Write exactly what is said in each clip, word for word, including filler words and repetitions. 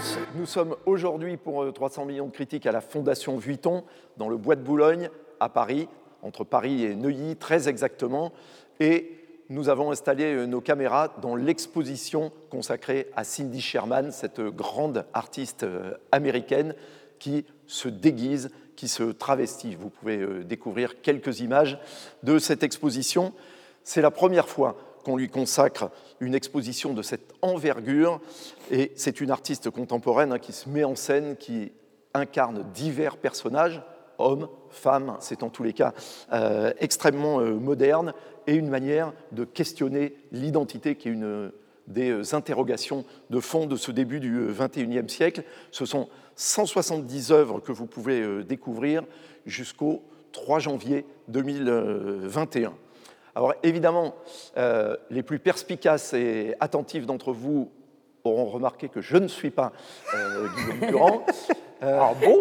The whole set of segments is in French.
tous, nous sommes aujourd'hui pour trois cents millions de critiques à la Fondation Vuitton, dans le Bois de Boulogne, à Paris, entre Paris et Neuilly, très exactement. Et nous avons installé nos caméras dans l'exposition consacrée à Cindy Sherman, cette grande artiste américaine qui se déguise, qui se travestit. Vous pouvez découvrir quelques images de cette exposition. C'est la première fois qu'on lui consacre une exposition de cette envergure. Et c'est une artiste contemporaine hein, qui se met en scène, qui incarne divers personnages, hommes, femmes, c'est en tous les cas euh, extrêmement euh, moderne, et une manière de questionner l'identité qui est une des interrogations de fond de ce début du vingt et unième siècle. Ce sont cent soixante-dix œuvres que vous pouvez euh, découvrir jusqu'au trois janvier deux mille vingt et un. Alors évidemment, euh, les plus perspicaces et attentifs d'entre vous auront remarqué que je ne suis pas euh, Guillaume Durand. Euh, ah bon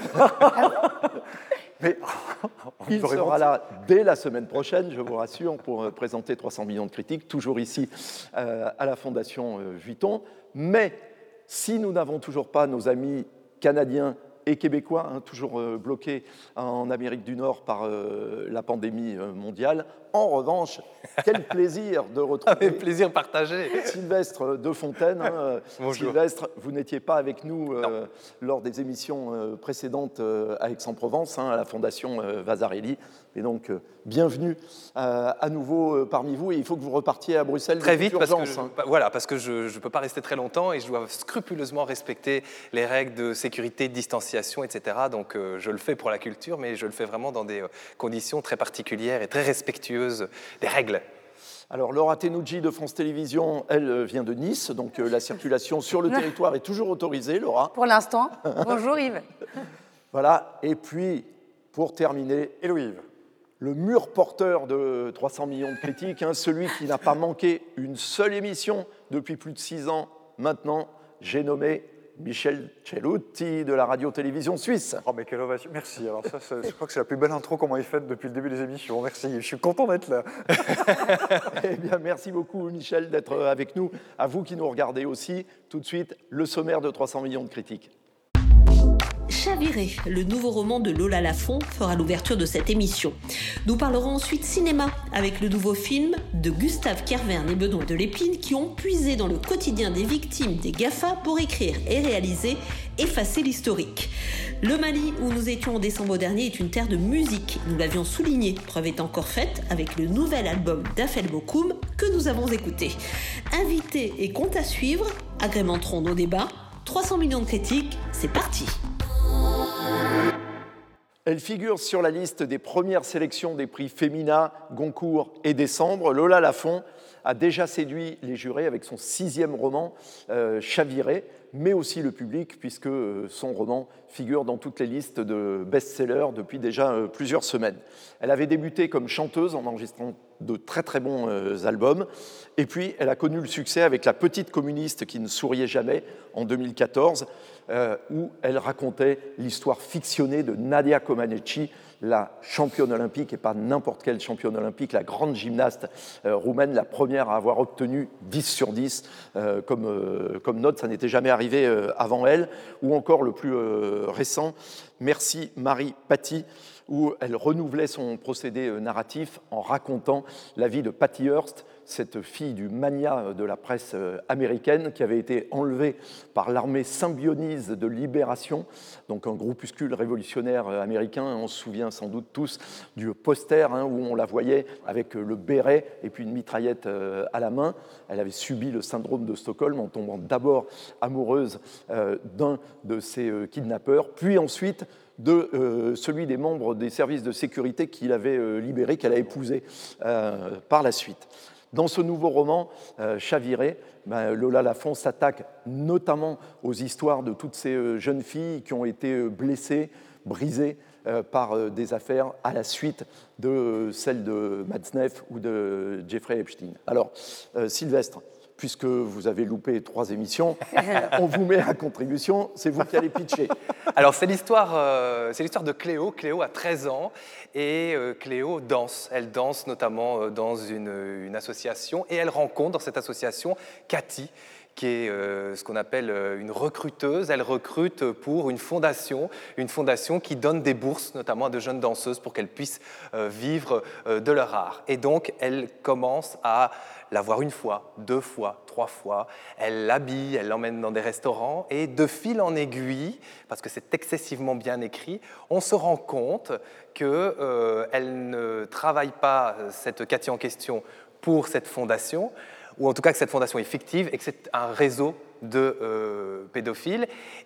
Mais il sera là dès la semaine prochaine, je vous rassure, pour présenter trois cents millions de critiques, toujours ici euh, à la Fondation euh, Vuitton. Mais si nous n'avons toujours pas nos amis canadiens et québécois, hein, toujours euh, bloqués en Amérique du Nord par euh, la pandémie euh, mondiale. En revanche, quel plaisir de retrouver Avec plaisir partagé. Sylvestre de Fontaine. Hein. Bonjour. Sylvestre, vous n'étiez pas avec nous euh, lors des émissions euh, précédentes euh, à Aix-en-Provence, hein, à la Fondation euh, Vasarely. Et donc, euh, bienvenue euh, à nouveau euh, parmi vous. Et il faut que vous repartiez à Bruxelles très vite, parce urgence, que, je, hein. voilà, parce que je ne peux pas rester très longtemps et je dois scrupuleusement respecter les règles de sécurité, de distanciation, et cetera. Donc, euh, je le fais pour la culture, mais je le fais vraiment dans des euh, conditions très particulières et très respectueuses des règles. Alors, Laura Tenucci de France Télévisions, elle vient de Nice, donc euh, la circulation sur le territoire est toujours autorisée, Laura. Pour l'instant. Bonjour Yves. Voilà, et puis, pour terminer, Hello Yves. Le mur porteur de trois cents millions de critiques, hein, celui qui n'a pas manqué une seule émission depuis plus de six ans maintenant, j'ai nommé Michel Cellutti de la radio-télévision suisse. Oh mais quelle ovation, merci. Alors ça, ça, je crois que c'est la plus belle intro qu'on m'ait faite depuis le début des émissions. Merci, je suis content d'être là. Eh bien, merci beaucoup Michel d'être avec nous. À vous qui nous regardez aussi, tout de suite, le sommaire de trois cents millions de critiques. Chaviré, le nouveau roman de Lola Lafont, fera l'ouverture de cette émission. Nous parlerons ensuite cinéma, avec le nouveau film de Gustave Kervern et Benoît Delépine qui ont puisé dans le quotidien des victimes des GAFA pour écrire et réaliser Effacer l'historique. Le Mali, où nous étions en décembre dernier, est une terre de musique. Nous l'avions souligné, preuve est encore faite avec le nouvel album d'Afel Bokoum que nous avons écouté. Invités et comptes à suivre agrémenteront nos débats. trois cents millions de critiques, c'est parti. Elle figure sur la liste des premières sélections des prix Femina, Goncourt et Décembre. Lola Lafont a déjà séduit les jurés avec son sixième roman, euh, Chaviré, mais aussi le public, puisque euh, son roman figure dans toutes les listes de best-sellers depuis déjà euh, plusieurs semaines. Elle avait débuté comme chanteuse en enregistrant de très très bons euh, albums, et puis elle a connu le succès avec La Petite communiste qui ne souriait jamais en deux mille quatorze, euh, où elle racontait l'histoire fictionnée de Nadia Comaneci, la championne olympique, et pas n'importe quelle championne olympique, la grande gymnaste euh, roumaine, la première à avoir obtenu dix sur dix euh, comme, euh, comme note, ça n'était jamais arrivé euh, avant elle, ou encore le plus euh, récent, Merci Marie Patty, où elle renouvelait son procédé euh, narratif en racontant la vie de Patty Hearst, cette fille du magnat de la presse euh, américaine qui avait été enlevée par l'armée symbionise de libération, donc un groupuscule révolutionnaire euh, américain. On se souvient sans doute tous du poster hein, où on la voyait avec le béret et puis une mitraillette euh, à la main. Elle avait subi le syndrome de Stockholm en tombant d'abord amoureuse euh, d'un de ses euh, kidnappeurs, puis ensuite de euh, celui des membres des services de sécurité qu'il avait euh, libéré, qu'elle a épousé euh, par la suite. Dans ce nouveau roman, euh, Chaviré, ben, Lola Lafont s'attaque notamment aux histoires de toutes ces euh, jeunes filles qui ont été euh, blessées, brisées euh, par euh, des affaires à la suite de euh, celles de Mads Neff ou de Jeffrey Epstein. Alors, euh, Sylvestre, puisque vous avez loupé trois émissions, on vous met à contribution, c'est vous qui allez pitcher. Alors, c'est l'histoire, euh, c'est l'histoire de Cléo. Cléo a treize ans et euh, Cléo danse. Elle danse notamment euh, dans une, une association et elle rencontre dans cette association Cathy, qui est euh, ce qu'on appelle euh, une recruteuse. Elle recrute pour une fondation, une fondation qui donne des bourses, notamment à de jeunes danseuses, pour qu'elles puissent euh, vivre euh, de leur art. Et donc, elle commence à la voir une fois, deux fois, trois fois. Elle l'habille, elle l'emmène dans des restaurants. Et de fil en aiguille, parce que c'est excessivement bien écrit, on se rend compte qu'elle euh, ne travaille pas, cette Cathy en question, pour cette fondation, ou en tout cas que cette fondation est fictive et que c'est un réseau de euh, pédophiles.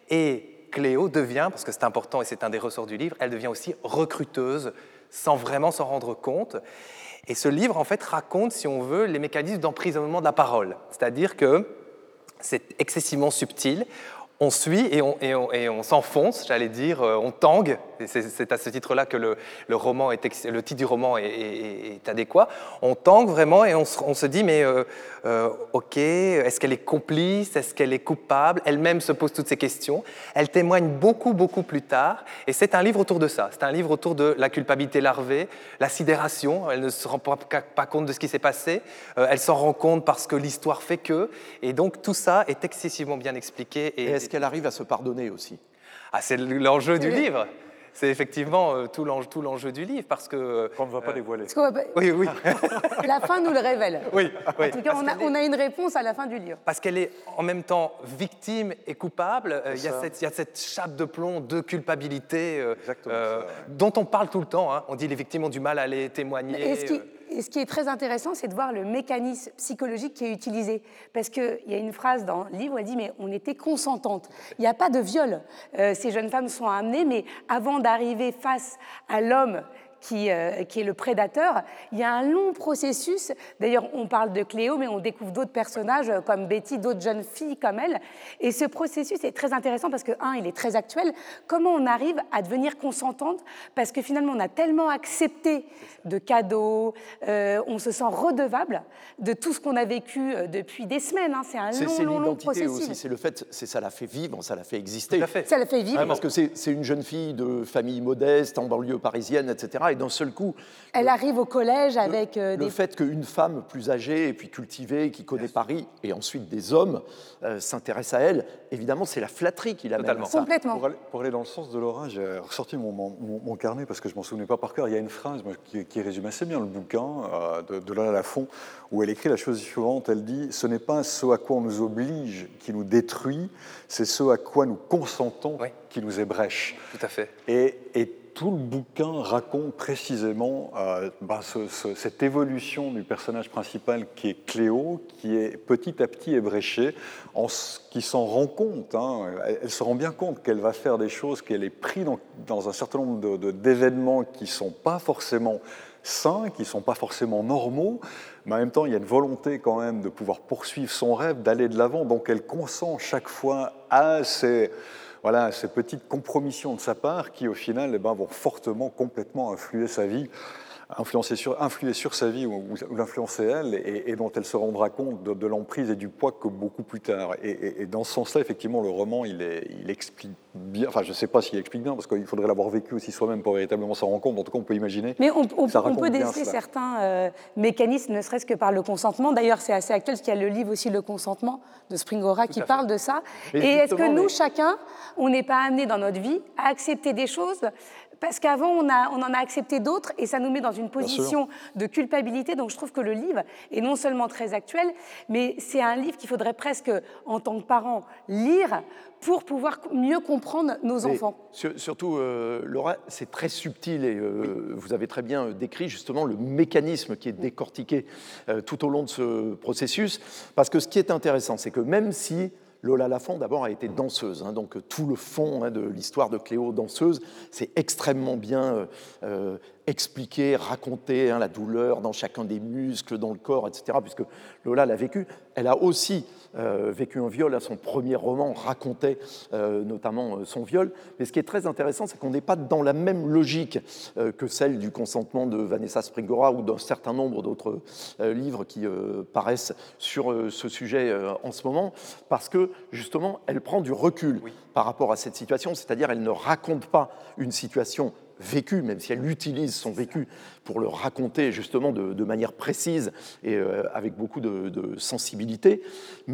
Et Cléo devient, parce que c'est important et c'est un des ressorts du livre, elle devient aussi recruteuse sans vraiment s'en rendre compte. Et ce livre, en fait, raconte, si on veut, les mécanismes d'emprisonnement de la parole. C'est-à-dire que c'est excessivement subtil. On suit et on, et on, et on s'enfonce, j'allais dire, on tangue. Et c'est, c'est à ce titre-là que le, le, roman est, le titre du roman est, est, est adéquat. On tangue vraiment et on se, on se dit, mais euh, euh, ok, est-ce qu'elle est complice? Est-ce qu'elle est coupable? Elle-même se pose toutes ces questions. Elle témoigne beaucoup, beaucoup plus tard. Et c'est un livre autour de ça. C'est un livre autour de la culpabilité larvée, la sidération. Elle ne se rend pas, pas compte de ce qui s'est passé. Euh, elle s'en rend compte parce que l'histoire fait que. Et donc tout ça est excessivement bien expliqué. Et, et est-ce qu'elle arrive à se pardonner aussi? Ah, c'est l'enjeu du livre. C'est effectivement euh, tout, l'enjeu, tout l'enjeu du livre, parce que... Qu'on ne va pas euh, dévoiler. Va pas... Oui, oui. La fin nous le révèle. Oui, oui. En tout cas, on a, on a une réponse à la fin du livre. Parce qu'elle est en même temps victime et coupable. Il y, y a cette chape de plomb de culpabilité euh, euh, dont on parle tout le temps. Hein. On dit les victimes ont du mal à aller témoigner. Et ce qui, et ce qui est très intéressant, c'est de voir le mécanisme psychologique qui est utilisé. Parce qu'il y a une phrase dans le livre, elle dit « mais on était consentantes ». Il n'y a pas de viol. Euh, ces jeunes femmes sont amenées, mais avant d'arriver face à l'homme Qui, euh, qui est le prédateur, il y a un long processus. D'ailleurs, on parle de Cléo, mais on découvre d'autres personnages euh, comme Betty, d'autres jeunes filles comme elle. Et ce processus est très intéressant parce que, un, il est très actuel. Comment on arrive à devenir consentante? Parce que finalement, on a tellement accepté de cadeaux, euh, on se sent redevable de tout ce qu'on a vécu euh, depuis des semaines. Hein. C'est un c'est, long, c'est long, long processus. Aussi, c'est le fait, c'est ça la fait vivre, ça la fait exister. Tout à fait. Ça la fait vivre. Ouais, parce que c'est, c'est une jeune fille de famille modeste, en banlieue parisienne, et cetera. Et d'un seul coup... Elle le, arrive au collège avec le, euh, des... Le fait qu'une femme plus âgée et puis cultivée, qui connaît Paris, et ensuite des hommes, euh, s'intéressent à elle, évidemment, c'est la flatterie qui l'amène à ça. Complètement. Pour aller, pour aller dans le sens de Laura, j'ai ressorti mon, mon, mon carnet parce que je ne m'en souvenais pas par cœur. Il y a une phrase moi, qui, qui résume assez bien le bouquin euh, de, de Lola Lafont, où elle écrit la chose suivante. Elle dit « Ce n'est pas ce à quoi on nous oblige qui nous détruit, c'est ce à quoi nous consentons oui. qui nous ébrèche. » Tout à fait. Et, et tout le bouquin raconte précisément euh, ben, ce, ce, cette évolution du personnage principal qui est Cléo, qui est petit à petit ébréchée, en, qui s'en rend compte, hein, elle, elle se rend bien compte qu'elle va faire des choses, qu'elle est prise dans, dans un certain nombre de, de, d'événements qui ne sont pas forcément sains, qui ne sont pas forcément normaux, mais en même temps, il y a une volonté quand même de pouvoir poursuivre son rêve, d'aller de l'avant, donc elle consent chaque fois à ces... Voilà, ces petites compromissions de sa part qui, au final, eh ben, vont fortement, complètement influer sa vie, influencer sur, influer sur sa vie ou, ou l'influencer elle, et, et dont elle se rendra compte de, de l'emprise et du poids que beaucoup plus tard. Et, et, et dans ce sens-là, effectivement, le roman, il, est, il explique bien, enfin, je ne sais pas s'il explique bien, parce qu'il faudrait l'avoir vécu aussi soi-même pour véritablement s'en rendre compte. En tout cas, on peut imaginer. Mais on, on, ça on peut déceler certains euh, mécanismes, ne serait-ce que par le consentement. D'ailleurs, c'est assez actuel, parce qu'il y a le livre aussi, Le consentement, de Springora, qui parle de ça. Et, et est-ce que nous, mais... chacun, on n'est pas amené dans notre vie à accepter des choses parce qu'avant, on, a, on en a accepté d'autres et ça nous met dans une position de culpabilité. Donc, je trouve que le livre est non seulement très actuel, mais c'est un livre qu'il faudrait presque, en tant que parent, lire pour pouvoir mieux comprendre nos mais enfants. Sur, surtout, euh, Laura, c'est très subtil et euh, oui. vous avez très bien décrit justement le mécanisme qui est décortiqué euh, tout au long de ce processus. Parce que ce qui est intéressant, c'est que même si Lola Lafont, d'abord, a été danseuse, hein, donc tout le fond hein, de l'histoire de Cléo danseuse, c'est extrêmement bien euh, expliqué, raconté, hein, la douleur dans chacun des muscles, dans le corps, et cetera, puisque Lola l'a vécu. Elle a aussi euh, vécu un viol, hein, son premier roman racontait euh, notamment euh, son viol, mais ce qui est très intéressant, c'est qu'on n'est pas dans la même logique euh, que celle du consentement de Vanessa Springora ou d'un certain nombre d'autres euh, livres qui euh, paraissent sur euh, ce sujet euh, en ce moment, parce que justement, elle prend du recul oui. par rapport à cette situation, c'est-à-dire elle ne raconte pas une situation vécue, même si elle utilise son vécu pour le raconter justement de, de manière précise et euh, avec beaucoup de, de sensibilité, mais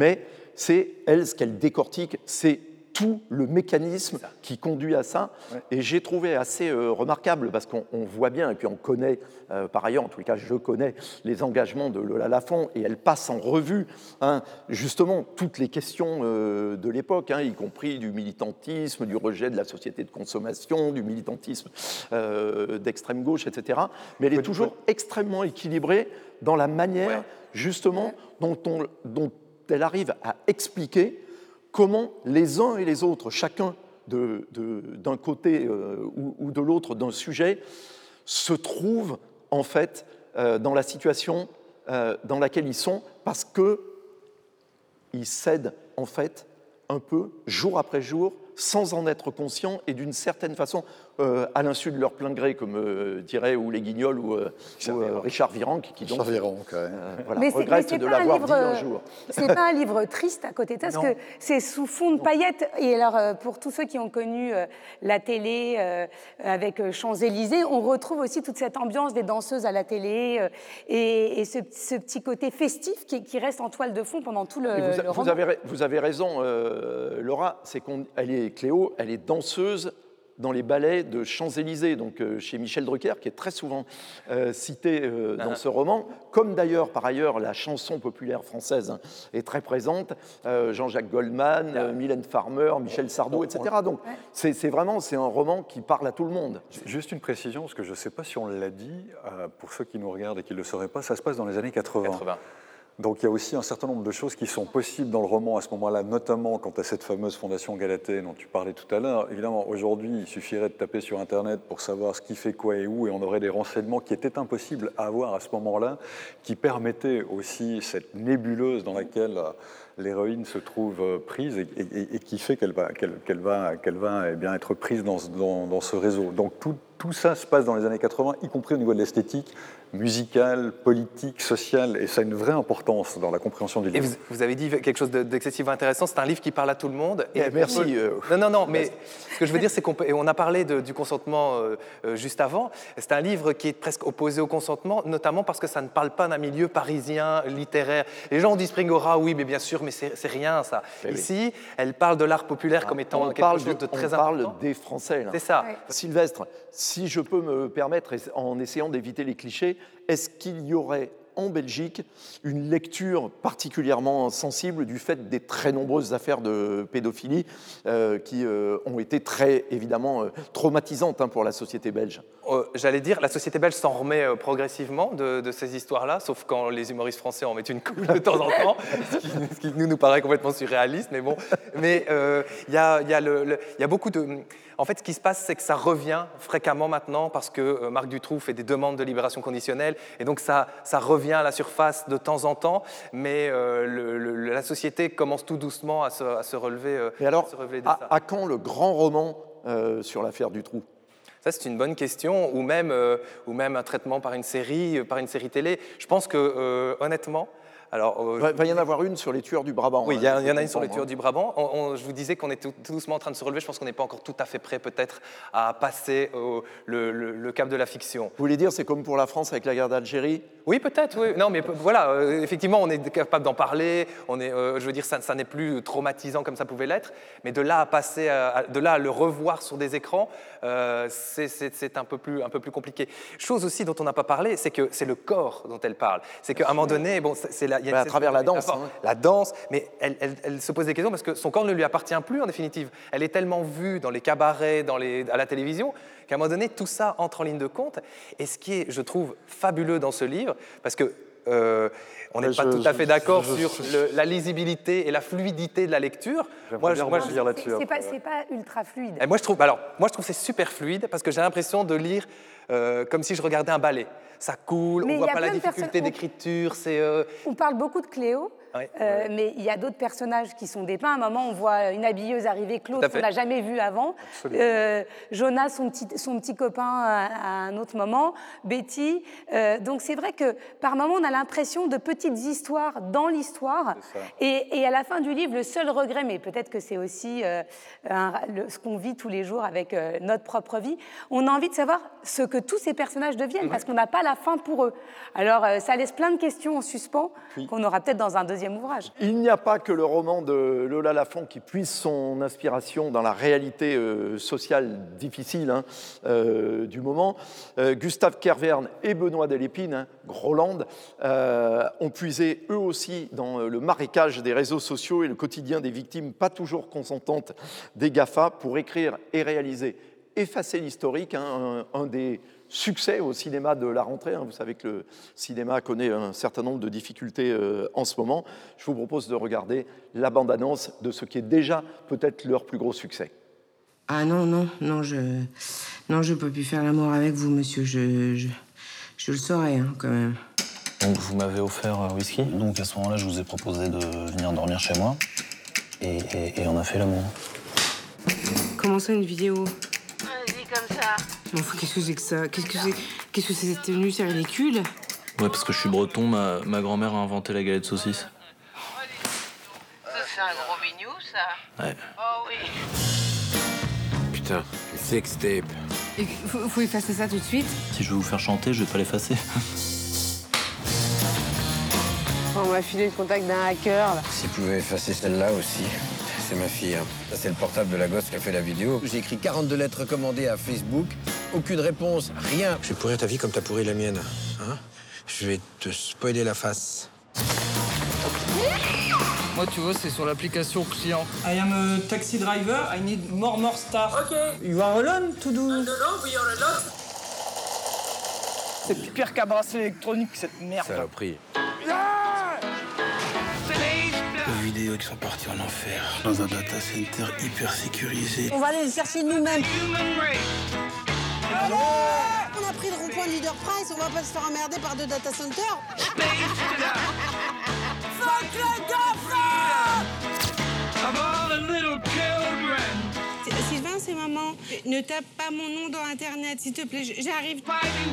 c'est, elle, ce qu'elle décortique, c'est tout le mécanisme qui conduit à ça. Ouais. Et j'ai trouvé assez euh, remarquable, parce qu'on on voit bien, et puis on connaît, euh, par ailleurs, en tous les cas, je connais les engagements de Lola Lafont, et elle passe en revue, hein, justement, toutes les questions euh, de l'époque, hein, y compris du militantisme, du rejet de la société de consommation, du militantisme euh, d'extrême gauche, et cetera. Mais elle est toujours extrêmement équilibrée dans la manière, ouais. justement, dont, on, dont elle arrive à expliquer comment les uns et les autres, chacun de, de, d'un côté euh, ou, ou de l'autre d'un sujet, se trouvent en fait euh, dans la situation euh, dans laquelle ils sont, parce qu'ils cèdent en fait un peu, jour après jour, sans en être conscients et d'une certaine façon, euh, à l'insu de leur plein gré, comme euh, dirait ou les Guignols ou, euh, ou euh, Richard Virenque, qui donc Richard Virenque, ouais. euh, voilà, mais regrette mais de l'avoir dit un jour. C'est pas un livre triste à côté de ça, parce que c'est sous fond de paillettes. Et alors, euh, pour tous ceux qui ont connu euh, la télé euh, avec euh, Champs-Élysées, on retrouve aussi toute cette ambiance des danseuses à la télé euh, et, et ce, ce petit côté festif qui, qui reste en toile de fond pendant tout le, vous, a, le roman. Vous avez, vous avez raison, euh, Laura, c'est qu'elle est Cléo, elle est danseuse dans les ballets de Champs-Élysées, donc euh, chez Michel Drucker, qui est très souvent euh, cité euh, dans ah. ce roman, comme d'ailleurs, par ailleurs, la chanson populaire française hein, est très présente, euh, Jean-Jacques Goldman, euh, Mylène Farmer, Michel Sardou, et cetera. Donc ouais. c'est, c'est vraiment c'est un roman qui parle à tout le monde. Juste une précision, parce que je ne sais pas si on l'a dit, euh, pour ceux qui nous regardent et qui ne le sauraient pas, ça se passe dans les années quatre-vingts. quatre-vingts. Donc il y a aussi un certain nombre de choses qui sont possibles dans le roman à ce moment-là, notamment quant à cette fameuse Fondation Galatée dont tu parlais tout à l'heure. Évidemment, aujourd'hui, il suffirait de taper sur Internet pour savoir ce qui fait quoi et où, et on aurait des renseignements qui étaient impossibles à avoir à ce moment-là, qui permettaient aussi cette nébuleuse dans laquelle l'héroïne se trouve prise et, et, et qui fait qu'elle va, qu'elle, qu'elle va, qu'elle va eh bien, être prise dans, dans, dans ce réseau. Donc tout, tout ça se passe dans les années quatre-vingts, y compris au niveau de l'esthétique, musicale, politique, sociale, et ça a une vraie importance dans la compréhension du livre. Et vous, vous avez dit quelque chose d'excessivement intéressant, c'est un livre qui parle à tout le monde. Et merci. Peut... Euh... Non, non, non, mais ce que je veux dire, c'est qu'on peut... et on a parlé de, du consentement euh, euh, juste avant, c'est un livre qui est presque opposé au consentement, notamment parce que ça ne parle pas d'un milieu parisien, littéraire. Les gens disent Springora, oui, mais bien sûr, mais c'est, c'est rien, ça. Mais Ici, oui. elle parle de l'art populaire ah, comme étant quelque chose de, de très on important. On parle des Français, là. C'est ça. Ouais. Sylvestre, si je peux me permettre, en essayant d'éviter les clichés, est-ce qu'il y aurait en Belgique une lecture particulièrement sensible du fait des très nombreuses affaires de pédophilie euh, qui euh, ont été très, évidemment, euh, traumatisantes hein, pour la société belge? euh, J'allais dire, la société belge s'en remet euh, progressivement de, de ces histoires-là, sauf quand les humoristes français en mettent une couche de temps en temps, ce, qui, ce qui nous, nous paraît complètement surréaliste, mais bon. Mais il euh, y, a, y, a y a beaucoup de... En fait, ce qui se passe, c'est que ça revient fréquemment maintenant parce que euh, Marc Dutroux fait des demandes de libération conditionnelle et donc ça, ça revient à la surface de temps en temps, mais euh, le, le, la société commence tout doucement à se, à se relever. Euh, et alors, à, se relever de à, ça. à quand le grand roman euh, sur l'affaire Dutroux? Ça, c'est une bonne question, ou même, euh, ou même un traitement par une série, euh, par une série télé. Je pense que, euh, honnêtement, alors, euh, il va y en avoir une sur les tueurs du Brabant. Oui, il hein, y, y en a une sur les tueurs hein. du Brabant. On, on, je vous disais qu'on est tout, tout doucement en train de se relever. Je pense qu'on n'est pas encore tout à fait prêt, peut-être, à passer au, le, le, le cap de la fiction. Vous voulez dire, c'est comme pour la France avec la guerre d'Algérie? Oui, peut-être, oui. Non, mais voilà, euh, effectivement, on est capable d'en parler. On est, euh, je veux dire, ça, ça n'est plus traumatisant comme ça pouvait l'être. Mais de là à passer, à, de là à le revoir sur des écrans, euh, c'est, c'est, c'est un peu plus, un peu plus compliqué. Chose aussi dont on n'a pas parlé, c'est que c'est le corps dont elle parle. C'est qu'à un moment donné, bon, c'est la, il y a bah, à travers la danse. Hein. La danse, mais elle, elle, elle se pose des questions parce que son corps ne lui appartient plus en définitive. Elle est tellement vue dans les cabarets, dans les, à la télévision, qu'à un moment donné, tout ça entre en ligne de compte. Et ce qui est, je trouve, fabuleux dans ce livre, parce que euh, on n'est pas je, tout à fait d'accord je, je, sur je, le, la lisibilité et la fluidité de la lecture. Moi, je, moi, je dire là-dessus. C'est pas, c'est pas ultra fluide. Et moi, je trouve, alors, moi, je trouve c'est super fluide parce que j'ai l'impression de lire euh, comme si je regardais un ballet. Ça coule, mais on ne voit pas la difficulté personnes... d'écriture. C'est, euh... On parle beaucoup de Cléo. Ouais, euh, ouais. Mais il y a d'autres personnages qui sont dépeints. À un moment, on voit une habilleuse arriver, Claude, qu'on n'a jamais vu avant. Euh, Jonas, son petit, son petit copain à, à un autre moment. Betty. Euh, donc c'est vrai que par moments, on a l'impression de petites histoires dans l'histoire. Et, et à la fin du livre, le seul regret, mais peut-être que c'est aussi euh, un, le, ce qu'on vit tous les jours avec euh, notre propre vie, on a envie de savoir ce que tous ces personnages deviennent, ouais. parce qu'on n'a pas la fin pour eux. Alors, euh, ça laisse plein de questions en suspens, oui. qu'on aura peut-être dans un deuxième troisième ouvrage. Il n'y a pas que le roman de Lola Lafont qui puise son inspiration dans la réalité euh, sociale difficile hein, euh, du moment. Euh, Gustave Kervern et Benoît Delépine, hein, Groland, euh, ont puisé eux aussi dans le marécage des réseaux sociaux et le quotidien des victimes pas toujours consentantes des GAFA pour écrire et réaliser Effacer l'historique, hein, un, un des succès au cinéma de la rentrée. Hein. Vous savez que le cinéma connaît un certain nombre de difficultés euh, en ce moment. Je vous propose de regarder la bande-annonce de ce qui est déjà peut-être leur plus gros succès. Ah non, non, non, je non, je peux plus faire l'amour avec vous, monsieur. Je, je, je le saurais, hein, quand même. Donc, vous m'avez offert un whisky. Donc, à ce moment-là, je vous ai proposé de venir dormir chez moi. Et, et, et on a fait l'amour. Comment ça, une vidéo? Vas-y, comme ça. Mais enfin, qu'est-ce que c'est que ça? Qu'est-ce que c'est Qu'est-ce que c'est cette tenue? C'est ridicule. Ouais, parce que je suis breton, ma, ma grand-mère a inventé la galette saucisse. Ça, c'est un gros bignou, ça. Ouais. Oh oui. Putain, une sextape. Il faut, faut effacer ça tout de suite. Si je veux vous faire chanter, je vais pas l'effacer. On m'a filé le contact d'un hacker, là. Si vous pouvez effacer celle-là aussi. C'est ma fille. Hein. Ça, c'est le portable de la gosse qui a fait la vidéo. J'ai écrit quarante-deux lettres recommandées à Facebook. Aucune réponse, rien. Je vais pourrir ta vie comme t'as pourri la mienne. Hein? Je vais te spoiler la face. Moi, tu vois, c'est sur l'application client. I am a taxi driver. I need more, more stars. OK. You are alone to do... Non, non, we are alone. C'est pire qu'un bracelet électronique, cette merde. Saloperie. Les vidéos qui sont parties en enfer, dans un data center hyper sécurisé. On va aller le chercher nous-mêmes. Allez, on a pris le rond-point de Leader Price, on va pas se faire emmerder par deux data centers. Fuck le GAFA! Sylvain, c'est maman. Ne tape pas mon nom dans Internet, s'il te plaît, j'arrive.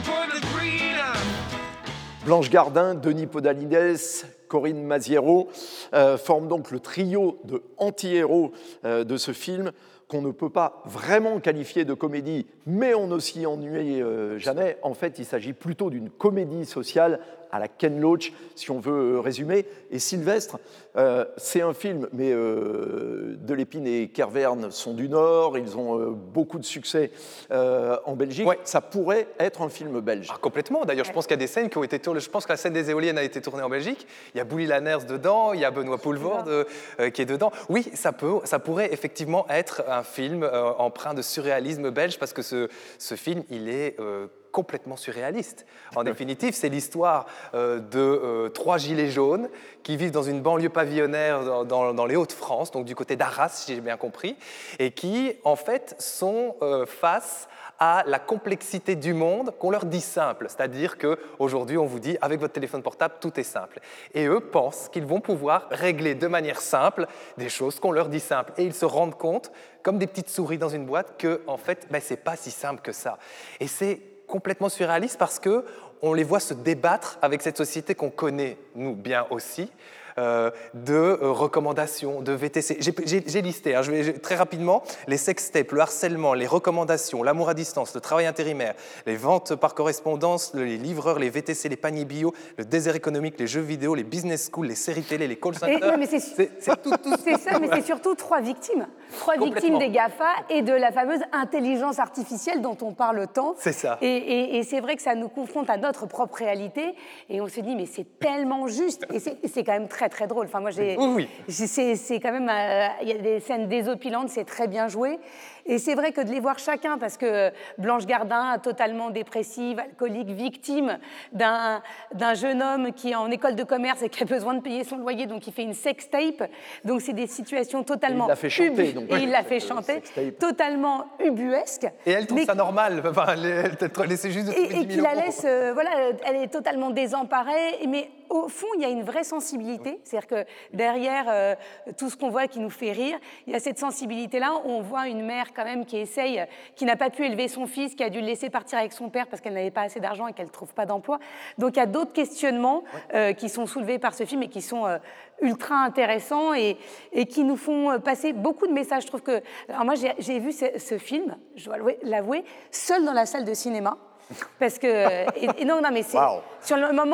Blanche Gardin, Denis Podalides, Corinne Maziero euh, forment donc le trio de anti-héros euh, de ce film qu'on ne peut pas vraiment qualifier de comédie, mais on ne s'y ennuie euh, jamais. En fait, il s'agit plutôt d'une comédie sociale à la Ken Loach, si on veut euh, résumer. Et Sylvestre, euh, c'est un film, mais euh, Delépine et Kervern sont du Nord, ils ont euh, beaucoup de succès euh, en Belgique. Ouais. Ça pourrait être un film belge. Ah, complètement. D'ailleurs, je pense qu'il y a des scènes qui ont été tournées. Je pense que la scène des éoliennes a été tournée en Belgique. Il y a Bouli Lanners dedans, il y a Benoît Poelvoorde euh, qui est dedans. Oui, ça, peut, ça pourrait effectivement être un film euh, empreint de surréalisme belge, parce que ce, ce film, il est... Euh, complètement surréaliste. En définitive, c'est l'histoire euh, de euh, trois gilets jaunes qui vivent dans une banlieue pavillonnaire dans, dans, dans les Hauts-de-France, donc du côté d'Arras, si j'ai bien compris, et qui, en fait, sont euh, face à la complexité du monde qu'on leur dit simple. C'est-à-dire qu'aujourd'hui, on vous dit, avec votre téléphone portable, tout est simple. Et eux pensent qu'ils vont pouvoir régler de manière simple des choses qu'on leur dit simples. Et ils se rendent compte, comme des petites souris dans une boîte, que, en fait, ben, c'est pas si simple que ça. Et c'est complètement surréaliste parce qu'on les voit se débattre avec cette société qu'on connaît, nous, bien aussi, euh, de euh, recommandations, de V T C. J'ai, j'ai, j'ai listé, hein, je vais, très rapidement, les sextapes, le harcèlement, les recommandations, l'amour à distance, le travail intérimaire, les ventes par correspondance, les livreurs, les V T C, les paniers bio, le désert économique, les jeux vidéo, les business schools, les séries télé, les call centers. Et, non, mais c'est, c'est, c'est, tout, tout c'est ça, mais c'est surtout trois victimes. Trois victimes des GAFA et de la fameuse intelligence artificielle dont on parle tant. C'est ça. Et, et, et c'est vrai que ça nous confronte à notre propre réalité et on se dit, mais c'est tellement juste. Et c'est, c'est quand même très, très drôle. Enfin, moi, j'ai, oui, oui. C'est, c'est quand même... Il euh, y a des scènes désopilantes, c'est très bien joué. Et c'est vrai que de les voir chacun, parce que Blanche Gardin, totalement dépressive, alcoolique, victime d'un, d'un jeune homme qui est en école de commerce et qui a besoin de payer son loyer, donc il fait une sextape. Donc c'est des situations totalement... Et il l'a fait chanter. Ubu- Donc, et oui, il l'a fait chanter, totalement ubuesque. Et elle trouve mais... ça normal. Enfin, elle, elle laissait juste de trouver Et, dix et mille qui la euros. laisse... Euh, voilà, elle est totalement désemparée, mais au fond, il y a une vraie sensibilité. C'est-à-dire que derrière euh, tout ce qu'on voit qui nous fait rire, il y a cette sensibilité-là. On voit une mère quand même qui essaye, qui n'a pas pu élever son fils, qui a dû le laisser partir avec son père parce qu'elle n'avait pas assez d'argent et qu'elle ne trouve pas d'emploi. Donc il y a d'autres questionnements euh, qui sont soulevés par ce film et qui sont euh, ultra intéressants et, et qui nous font passer beaucoup de messages. Je trouve que... Alors moi, j'ai, j'ai vu ce, ce film, je dois l'avouer, seule dans la salle de cinéma. Parce que... Et, et non, non, mais c'est... Wow. Sur le moment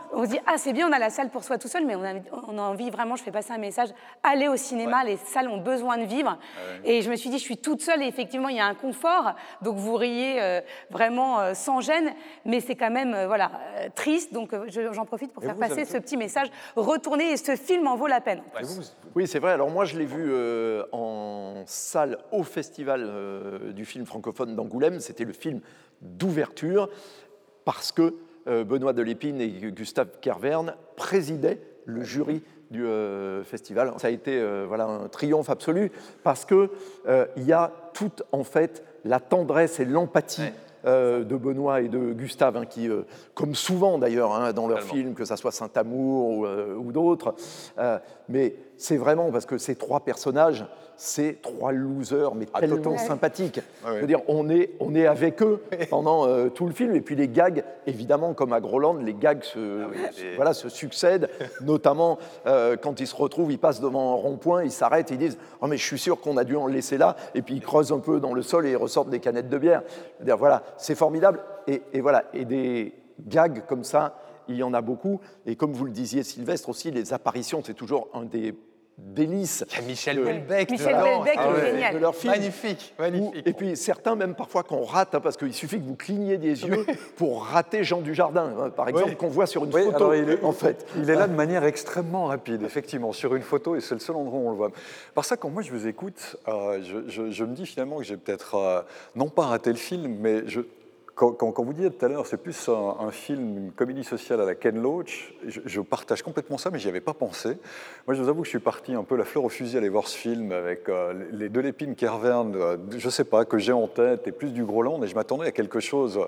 on se dit, ah, c'est bien, on a la salle pour soi tout seul, mais on a, on a envie vraiment, je fais passer un message, allez au cinéma, ouais. Les salles ont besoin de vivre. Ah ouais. Et je me suis dit, je suis toute seule, et effectivement, il y a un confort, donc vous riez euh, vraiment euh, sans gêne, mais c'est quand même, euh, voilà, euh, triste, donc euh, j'en profite pour et faire vous, passer ce petit message, retournez, et ce film en vaut la peine. Ouais. Oui, c'est vrai, alors moi, je l'ai vu euh, en salle au festival euh, du film francophone d'Angoulême, c'était le film d'ouverture, parce que euh, Benoît de Lépine et Gustave Kervern présidaient le jury du euh, festival. Ça a été euh, voilà, un triomphe absolu, parce qu'il euh, y a toute, en fait, la tendresse et l'empathie ouais. euh, de Benoît et de Gustave, hein, qui, euh, comme souvent d'ailleurs, hein, dans leurs films, que ça soit Saint-Amour ou, euh, ou d'autres, euh, mais c'est vraiment parce que ces trois personnages, c'est trois losers, mais ah, tellement sympathiques. Ah, ouais. Je veux dire, on est, on est avec eux pendant euh, tout le film. Et puis les gags, évidemment, comme à Groland, les gags se, ah, oui, et... voilà, se succèdent, notamment euh, quand ils se retrouvent, ils passent devant un rond-point, ils s'arrêtent, ils disent « Oh, mais je suis sûr qu'on a dû en laisser là », et puis ils creusent un peu dans le sol et ils ressortent des canettes de bière. Je veux dire, voilà, c'est formidable. Et, et voilà, et des gags comme ça, il y en a beaucoup. Et comme vous le disiez, Sylvestre, aussi, les apparitions, c'est toujours un des délices. Il y a Michel de... Houellebecq. Michel Houellebecq, ah, ouais. Génial. De leur film. Magnifique, magnifique. Et puis certains, même parfois, qu'on rate, hein, parce qu'il suffit que vous cligniez des yeux pour rater Jean Dujardin, hein, par exemple, oui. qu'on voit sur une oui, photo, il est, en fait. Il est là de manière extrêmement rapide, effectivement, sur une photo, et c'est le seul endroit où on le voit. Par ça, quand moi je vous écoute, euh, je, je, je me dis finalement que j'ai peut-être, euh, non pas raté le film, mais je... Quand, quand, quand vous disiez tout à l'heure, c'est plus un, un film, une comédie sociale à la Ken Loach, je, je partage complètement ça, mais j'y avais pas pensé. Moi, je vous avoue que je suis parti un peu la fleur au fusil à aller voir ce film avec euh, les de Lépine Kervern, euh, je sais pas, que j'ai en tête, et plus du Groland, et je m'attendais à quelque chose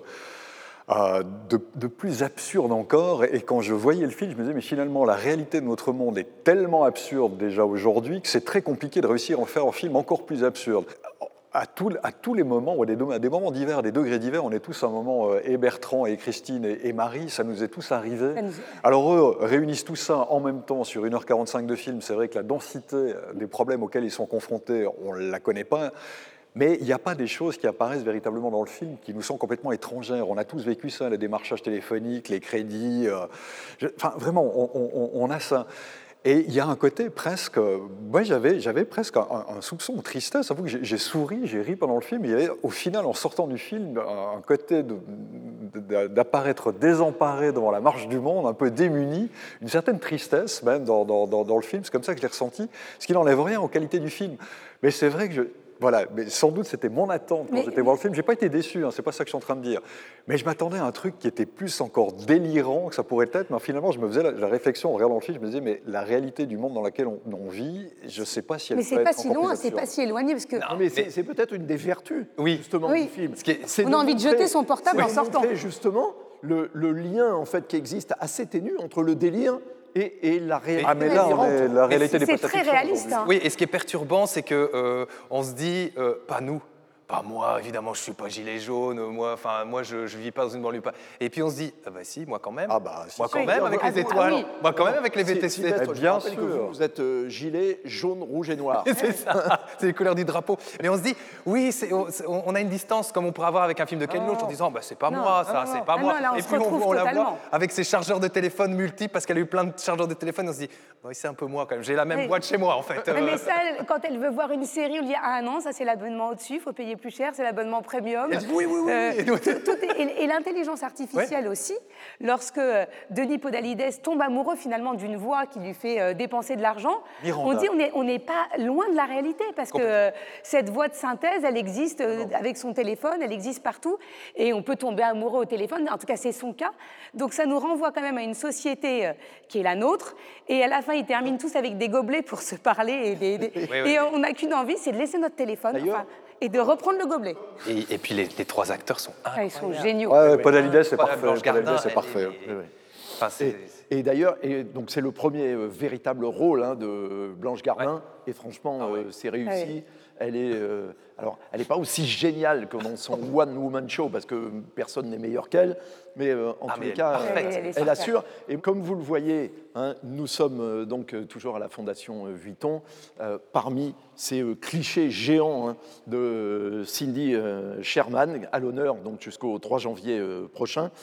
euh, de, de plus absurde encore. Et quand je voyais le film, je me disais, mais finalement, la réalité de notre monde est tellement absurde déjà aujourd'hui que c'est très compliqué de réussir à en faire un film encore plus absurde. À, tout, à tous les moments, ou à des, à des moments divers, à des degrés divers, on est tous à un moment, euh, et Bertrand, et Christine, et, et Marie, ça nous est tous arrivé. Alors eux réunissent tout ça en même temps sur une heure quarante-cinq de film. C'est vrai que la densité des problèmes auxquels ils sont confrontés, on ne la connaît pas. Mais il n'y a pas des choses qui apparaissent véritablement dans le film qui nous sont complètement étrangères. On a tous vécu ça, les démarchages téléphoniques, les crédits. Euh, je, enfin, vraiment, on, on, on a ça. Et il y a un côté presque, moi j'avais, j'avais presque un, un soupçon de tristesse. J'avoue que j'ai, j'ai souri, j'ai ri pendant le film. Il y avait au final, en sortant du film, un côté de, de, d'apparaître désemparé devant la marche du monde, un peu démuni, une certaine tristesse même dans, dans, dans, dans le film. C'est comme ça que je l'ai ressenti, ce qui n'enlève rien aux qualités du film. Mais c'est vrai que je... Voilà, mais sans doute c'était mon attente quand mais... j'étais voir le film. J'ai pas été déçu, hein, c'est pas ça que je suis en train de dire. Mais je m'attendais à un truc qui était plus encore délirant que ça pourrait être. Mais finalement, je me faisais la, la réflexion en regardant le film. Je me disais, mais la réalité du monde dans lequel on, on vit, je sais pas si elle mais peut être Mais c'est pas si loin, c'est pas si éloigné parce que. Non, mais c'est, c'est peut-être une des vertus oui. justement oui. du film. Ce qui est, c'est on a envie montrer, de jeter son portable en sortant. Justement, le, le lien en fait qui existe assez ténu entre le délire. Et, et la réalité. Ah, mais là, on est, la réalité des c'est très réaliste. Hein. Oui, et ce qui est perturbant, c'est qu'on euh, se dit, euh, pas nous, pas moi, évidemment, je ne suis pas gilet jaune, moi, enfin, moi, je ne vis pas dans une banlieue. Et puis on se dit, ah bah si, moi quand même. Ah bah, si, moi si, quand si, même, si, avec ah, les étoiles. Ah, oui. Moi quand même, avec les V T C. Si, si, bien sûr. Que vous, vous êtes euh, gilet jaune, rouge et noir. C'est ça, c'est les couleurs du drapeau. Mais on se dit, oui, c'est, on, on a une distance comme on pourrait avoir avec un film de Ken Loach en disant, bah, c'est pas non, moi, ça, non, c'est pas ah, moi. Non, là, on et se puis on, on la voit avec ses chargeurs de téléphone multiples, parce qu'elle a eu plein de chargeurs de téléphone, on se dit, bah, oui, c'est un peu moi quand même, j'ai la même mais, boîte chez moi en fait. Mais, mais ça, quand elle veut voir une série, on lui dit, ah non, ça c'est l'abonnement au-dessus, il faut payer plus cher, c'est l'abonnement premium. Oui, oui, oui. Euh, tout, tout est, et, et l'intelligence artificielle ouais. aussi, lorsque Denis Podalides tombe amoureux finalement d'une voix qui lui fait euh, dépenser de l'argent, Miranda. On dit on n'est on n'est pas loin de la réalité parce que euh, cette voix de synthèse, elle existe euh, avec son téléphone, elle existe partout et on peut tomber amoureux au téléphone, en tout cas c'est son cas. Donc ça nous renvoie quand même à une société euh, qui est la nôtre et à la fin ils terminent tous avec des gobelets pour se parler et, des, des, oui, oui, et oui. on n'a qu'une envie, c'est de laisser notre téléphone. Enfin, et de reprendre le gobelet. Et, et puis les, les trois acteurs sont incroyables. Ah, ils sont géniaux. Ouais, ouais, Podalides, c'est parfait. Blanche Gardin, c'est parfait. Et, et, enfin, c'est, et, et d'ailleurs, et donc c'est le premier euh, véritable rôle hein, de Blanche Gardin. Ouais. Et franchement, ah, ouais. euh, c'est réussi. Ah, oui. Elle est, euh, alors, elle n'est pas aussi géniale que dans son One Woman Show parce que personne n'est meilleur qu'elle, mais euh, en ah, tous les cas, elle, elle, elle assure. Et comme vous le voyez, hein, nous sommes euh, donc euh, toujours à la Fondation euh, Vuitton. Euh, parmi ces euh, clichés géants hein, de euh, Cindy euh, Sherman, à l'honneur donc jusqu'au trois janvier euh, prochain.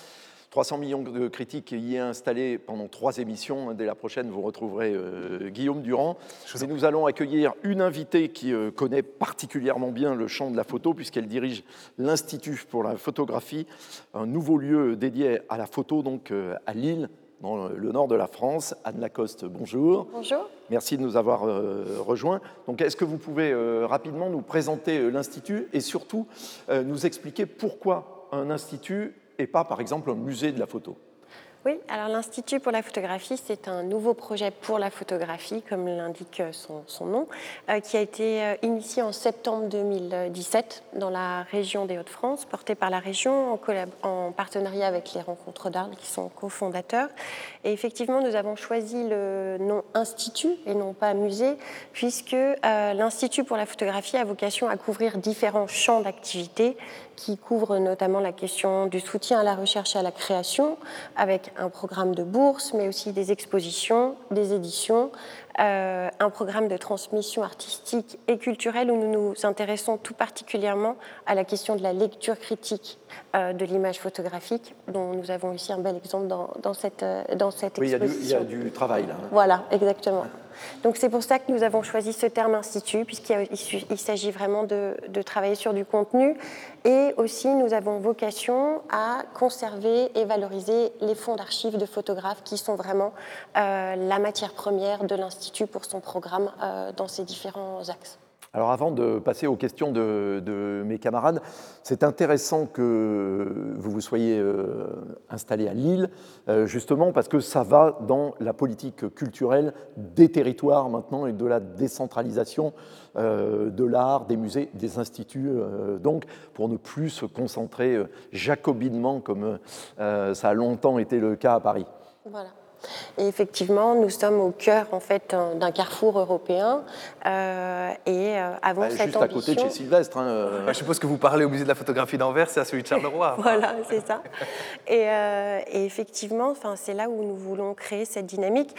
trois cents millions de critiques y est installé pendant trois émissions. Dès la prochaine, vous retrouverez euh, Guillaume Durand. Et nous allons accueillir une invitée qui euh, connaît particulièrement bien le champ de la photo, puisqu'elle dirige l'Institut pour la photographie, un nouveau lieu dédié à la photo, donc euh, à Lille, dans le nord de la France. Anne Lacoste, bonjour. Bonjour. Merci de nous avoir euh, rejoints. Donc, est-ce que vous pouvez euh, rapidement nous présenter euh, l'Institut et surtout euh, nous expliquer pourquoi un institut et pas, par exemple, un musée de la photo? Oui, alors l'Institut pour la photographie, c'est un nouveau projet pour la photographie, comme l'indique son, son nom, euh, qui a été euh, initié en septembre deux mille dix-sept dans la région des Hauts-de-France, porté par la région en, collab- en partenariat avec les Rencontres d'Arles, qui sont cofondateurs. Et effectivement, nous avons choisi le nom Institut et non pas musée, puisque euh, l'Institut pour la photographie a vocation à couvrir différents champs d'activité, qui couvrent notamment la question du soutien à la recherche et à la création, avec un programme de bourse, mais aussi des expositions, des éditions, euh, un programme de transmission artistique et culturelle où nous nous intéressons tout particulièrement à la question de la lecture critique euh, de l'image photographique, dont nous avons ici un bel exemple dans, dans cette, dans cette oui, exposition. Il y, y a du travail là. Voilà, exactement. Donc c'est pour ça que nous avons choisi ce terme institut, puisqu'il il, il s'agit vraiment de, de travailler sur du contenu, et aussi nous avons vocation à conserver et valoriser les fonds d'archives de photographes qui sont vraiment euh, la matière première de l'Institut pour son programme euh, dans ses différents axes. Alors avant de passer aux questions de, de mes camarades, c'est intéressant que vous vous soyez euh, installé à Lille, euh, justement parce que ça va dans la politique culturelle des territoires maintenant et de la décentralisation euh, de l'art, des musées, des instituts, euh, donc pour ne plus se concentrer euh, jacobinement comme euh, ça a longtemps été le cas à Paris. Voilà. Et effectivement, nous sommes au cœur en fait d'un carrefour européen euh, et euh, avons bah, cette juste ambition. à côté de chez Sylvestre. Hein, euh... bah, je suppose que vous parlez au musée de la photographie d'Anvers, c'est à celui de Charleroi. Voilà, c'est ça. Et, euh, et effectivement, c'est là où nous voulons créer cette dynamique.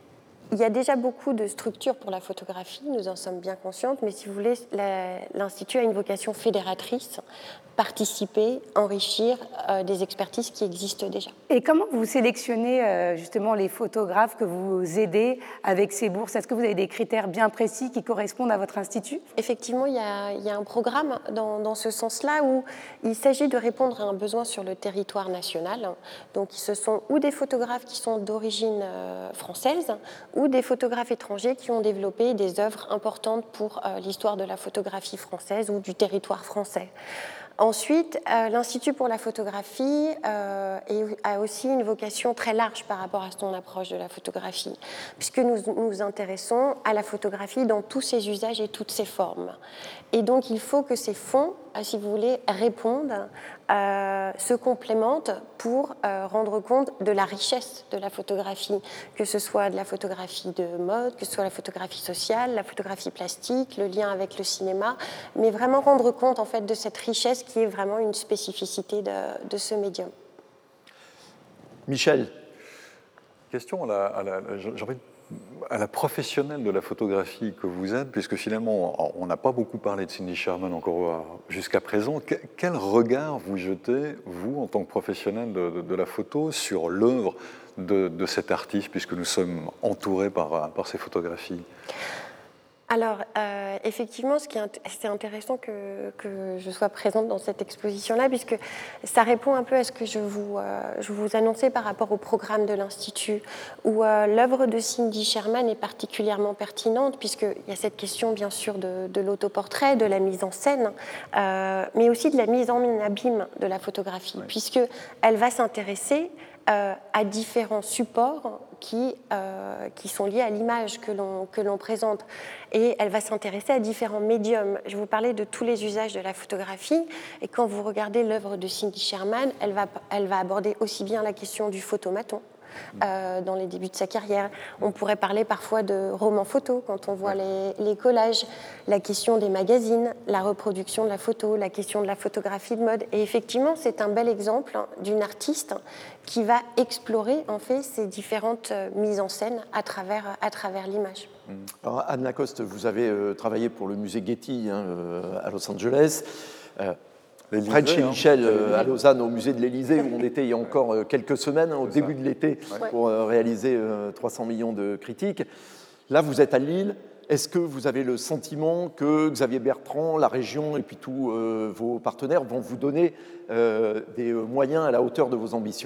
Il y a déjà beaucoup de structures pour la photographie, nous en sommes bien conscientes, mais si vous voulez, l'Institut a une vocation fédératrice, participer, enrichir euh, des expertises qui existent déjà. Et comment vous sélectionnez euh, justement les photographes que vous aidez avec ces bourses? Est-ce que vous avez des critères bien précis qui correspondent à votre institut? Effectivement, il y a, il y a un programme dans, dans ce sens-là où il s'agit de répondre à un besoin sur le territoire national. Donc, ce sont ou des photographes qui sont d'origine euh, française, ou des photographes étrangers qui ont développé des œuvres importantes pour euh, l'histoire de la photographie française ou du territoire français. Ensuite, euh, l'Institut pour la photographie euh, a aussi une vocation très large par rapport à son approche de la photographie, puisque nous nous intéressons à la photographie dans tous ses usages et toutes ses formes. Et donc, il faut que ces fonds, si vous voulez, répondent, euh, se complémentent pour euh, rendre compte de la richesse de la photographie, que ce soit de la photographie de mode, que ce soit la photographie sociale, la photographie plastique, le lien avec le cinéma, mais vraiment rendre compte en fait de cette richesse qui est vraiment une spécificité de, de ce médium. Michel. Question à la, à la, j'ai envie de à la professionnelle de la photographie que vous êtes, puisque finalement, on n'a pas beaucoup parlé de Cindy Sherman encore jusqu'à présent. Quel regard vous jetez, vous, en tant que professionnel de, de, de la photo, sur l'œuvre de, de cet artiste, puisque nous sommes entourés par, par ces photographies ? Alors, euh, effectivement, ce qui est, c'est intéressant que, que je sois présente dans cette exposition-là, puisque ça répond un peu à ce que je vous, euh, je vous annonçais par rapport au programme de l'Institut, où euh, l'œuvre de Cindy Sherman est particulièrement pertinente, puisqu'il y a cette question, bien sûr, de, de l'autoportrait, de la mise en scène, euh, mais aussi de la mise en abîme de la photographie, oui. Puisqu'elle va s'intéresser euh, à différents supports qui, euh, qui sont liés à l'image que l'on, que l'on présente. Et elle va s'intéresser à différents médiums. Je vous parlais de tous les usages de la photographie. Et quand vous regardez l'œuvre de Cindy Sherman, elle va, elle va aborder aussi bien la question du photomaton, Euh, dans les débuts de sa carrière. On pourrait parler parfois de romans photo quand on voit les, les collages, la question des magazines, la reproduction de la photo, la question de la photographie de mode. Et effectivement, c'est un bel exemple d'une artiste qui va explorer en fait ces différentes mises en scène à travers, à travers l'image. Alors, Anne Lacoste, vous avez euh, travaillé pour le musée Getty hein, euh, à Los Angeles. Euh, près de chez hein, Michel, euh, à Lausanne, au musée de l'Élysée, où on était il y a encore euh, quelques semaines, au début de l'été, Ouais. pour euh, réaliser euh, trois cents millions de critiques. Là, vous êtes à Lille. Est-ce que vous avez le sentiment que Xavier Bertrand, la région et puis tous euh, vos partenaires vont vous donner euh, des moyens à la hauteur de vos ambitions ?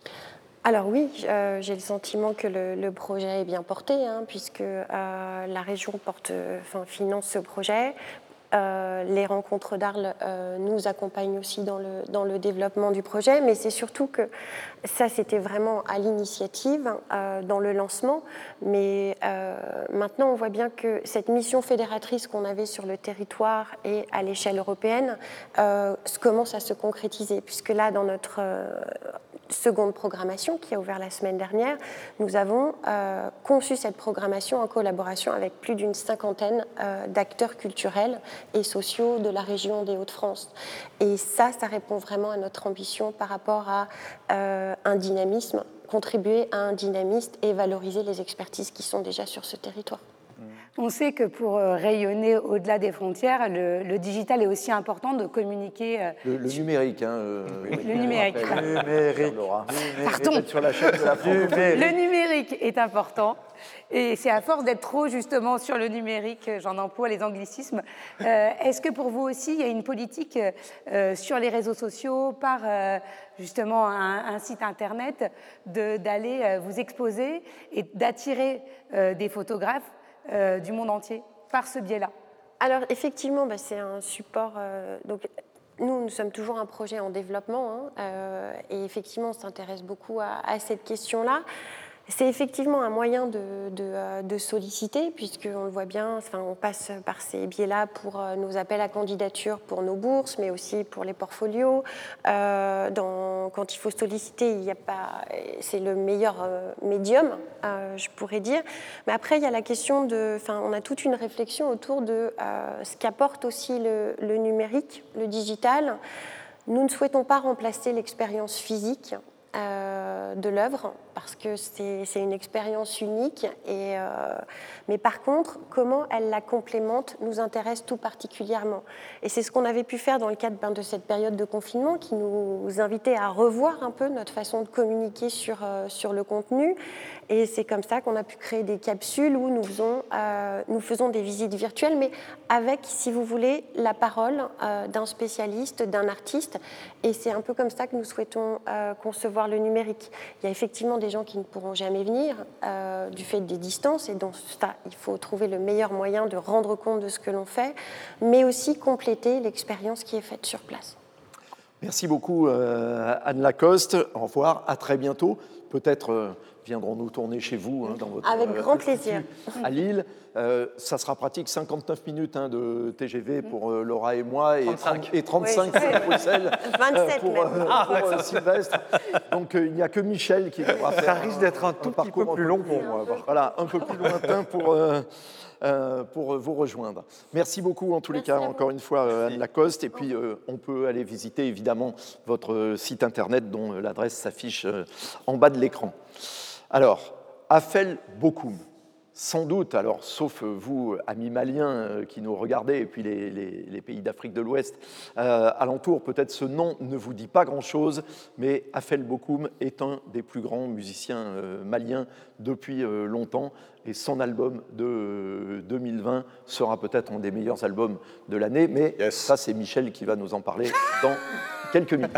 Alors oui, euh, j'ai le sentiment que le, le projet est bien porté, hein, puisque euh, la région porte, enfin, finance ce projet. Euh, les rencontres d'Arles euh, nous accompagnent aussi dans le, dans le développement du projet, mais c'est surtout que ça, c'était vraiment à l'initiative, euh, dans le lancement, mais euh, maintenant, on voit bien que cette mission fédératrice qu'on avait sur le territoire et à l'échelle européenne euh, commence à se concrétiser, puisque là, dans notre euh, seconde programmation qui a ouvert la semaine dernière, nous avons euh, conçu cette programmation en collaboration avec plus d'une cinquantaine euh, d'acteurs culturels et sociaux de la région des Hauts-de-France. Et ça, ça répond vraiment à notre ambition par rapport à euh, un dynamisme, contribuer à un dynamisme et valoriser les expertises qui sont déjà sur ce territoire. On sait que pour rayonner au-delà des frontières, le, le digital est aussi important de communiquer. Euh, le, le numérique, hein. Euh, oui, le numérique. Le numérique. Pardon. Sur la chaîne de la numérique. Le numérique est important. Et c'est à force d'être trop justement sur le numérique, j'en emploie les anglicismes. Euh, est-ce que pour vous aussi, il y a une politique euh, sur les réseaux sociaux, par euh, justement un, un site internet, de, d'aller euh, vous exposer et d'attirer euh, des photographes Euh, du monde entier, par ce biais-là? Alors effectivement, bah, c'est un support... Euh, donc, nous, nous sommes toujours un projet en développement, hein, euh, et effectivement, on s'intéresse beaucoup à, à cette question-là. C'est effectivement un moyen de, de, de solliciter, puisqu'on le voit bien, enfin, on passe par ces biais-là pour nos appels à candidature pour nos bourses, mais aussi pour les portfolios. Euh, dans, quand il faut solliciter, il y a pas, c'est le meilleur euh, médium, euh, je pourrais dire. Mais après, il y a la question de... Enfin, on a toute une réflexion autour de euh, ce qu'apporte aussi le, le numérique, le digital. Nous ne souhaitons pas remplacer l'expérience physique Euh, de l'œuvre, parce que c'est, c'est une expérience unique, et, euh, mais par contre, comment elle la complémente nous intéresse tout particulièrement. Et c'est ce qu'on avait pu faire dans le cadre ben, de cette période de confinement, qui nous invitait à revoir un peu notre façon de communiquer sur, euh, sur le contenu. Et c'est comme ça qu'on a pu créer des capsules où nous faisons, euh, nous faisons des visites virtuelles, mais avec, si vous voulez, la parole euh, d'un spécialiste, d'un artiste. Et c'est un peu comme ça que nous souhaitons euh, concevoir le numérique. Il y a effectivement des gens qui ne pourront jamais venir euh, du fait des distances, et dans ça, il faut trouver le meilleur moyen de rendre compte de ce que l'on fait, mais aussi compléter l'expérience qui est faite sur place. Merci beaucoup euh, Anne Lacoste. Au revoir, à très bientôt. Peut-être euh, viendrons-nous tourner chez vous, hein, dans votre Avec grand euh, plaisir. à Lille. Euh, ça sera pratique, cinquante-neuf minutes hein, de T G V pour euh, Laura et moi, et trente-cinq, et trente-cinq oui. pour Bruxelles vingt-sept euh, pour, euh, même. pour, euh, Sylvestre. Donc euh, il n'y a que Michel qui devra faire. Ça risque d'être un tout petit peu plus long pour moi. Voilà, un peu plus lointain pour, euh, euh, pour vous rejoindre. Merci beaucoup en tous les cas, encore une fois, euh, Anne Lacoste. Et puis euh, on peut aller visiter évidemment votre site internet dont euh, l'adresse s'affiche euh, en bas de l'écran. Alors, Afel Bokoum, sans doute, alors sauf vous, amis maliens euh, qui nous regardez, et puis les, les, les pays d'Afrique de l'Ouest euh, alentour, peut-être ce nom ne vous dit pas grand-chose, mais Afel Bokoum est un des plus grands musiciens euh, maliens depuis euh, longtemps, et son album de euh, deux mille vingt sera peut-être un des meilleurs albums de l'année, mais yes. Ça c'est Michel qui va nous en parler dans quelques minutes.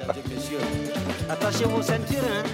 Attachez vos ceintures, hein.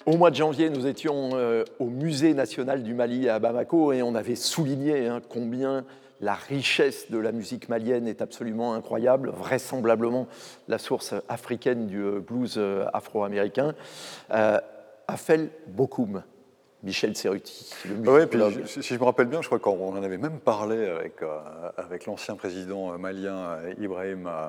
Au mois de janvier, nous étions euh, au Musée national du Mali à Bamako et on avait souligné hein, combien la richesse de la musique malienne est absolument incroyable, vraisemblablement la source africaine du blues afro-américain. Euh, Afel Bokoum, Michel Cerruti. Oui, puis, si je me rappelle bien, je crois qu'on en avait même parlé avec, euh, avec l'ancien président malien Ibrahim euh,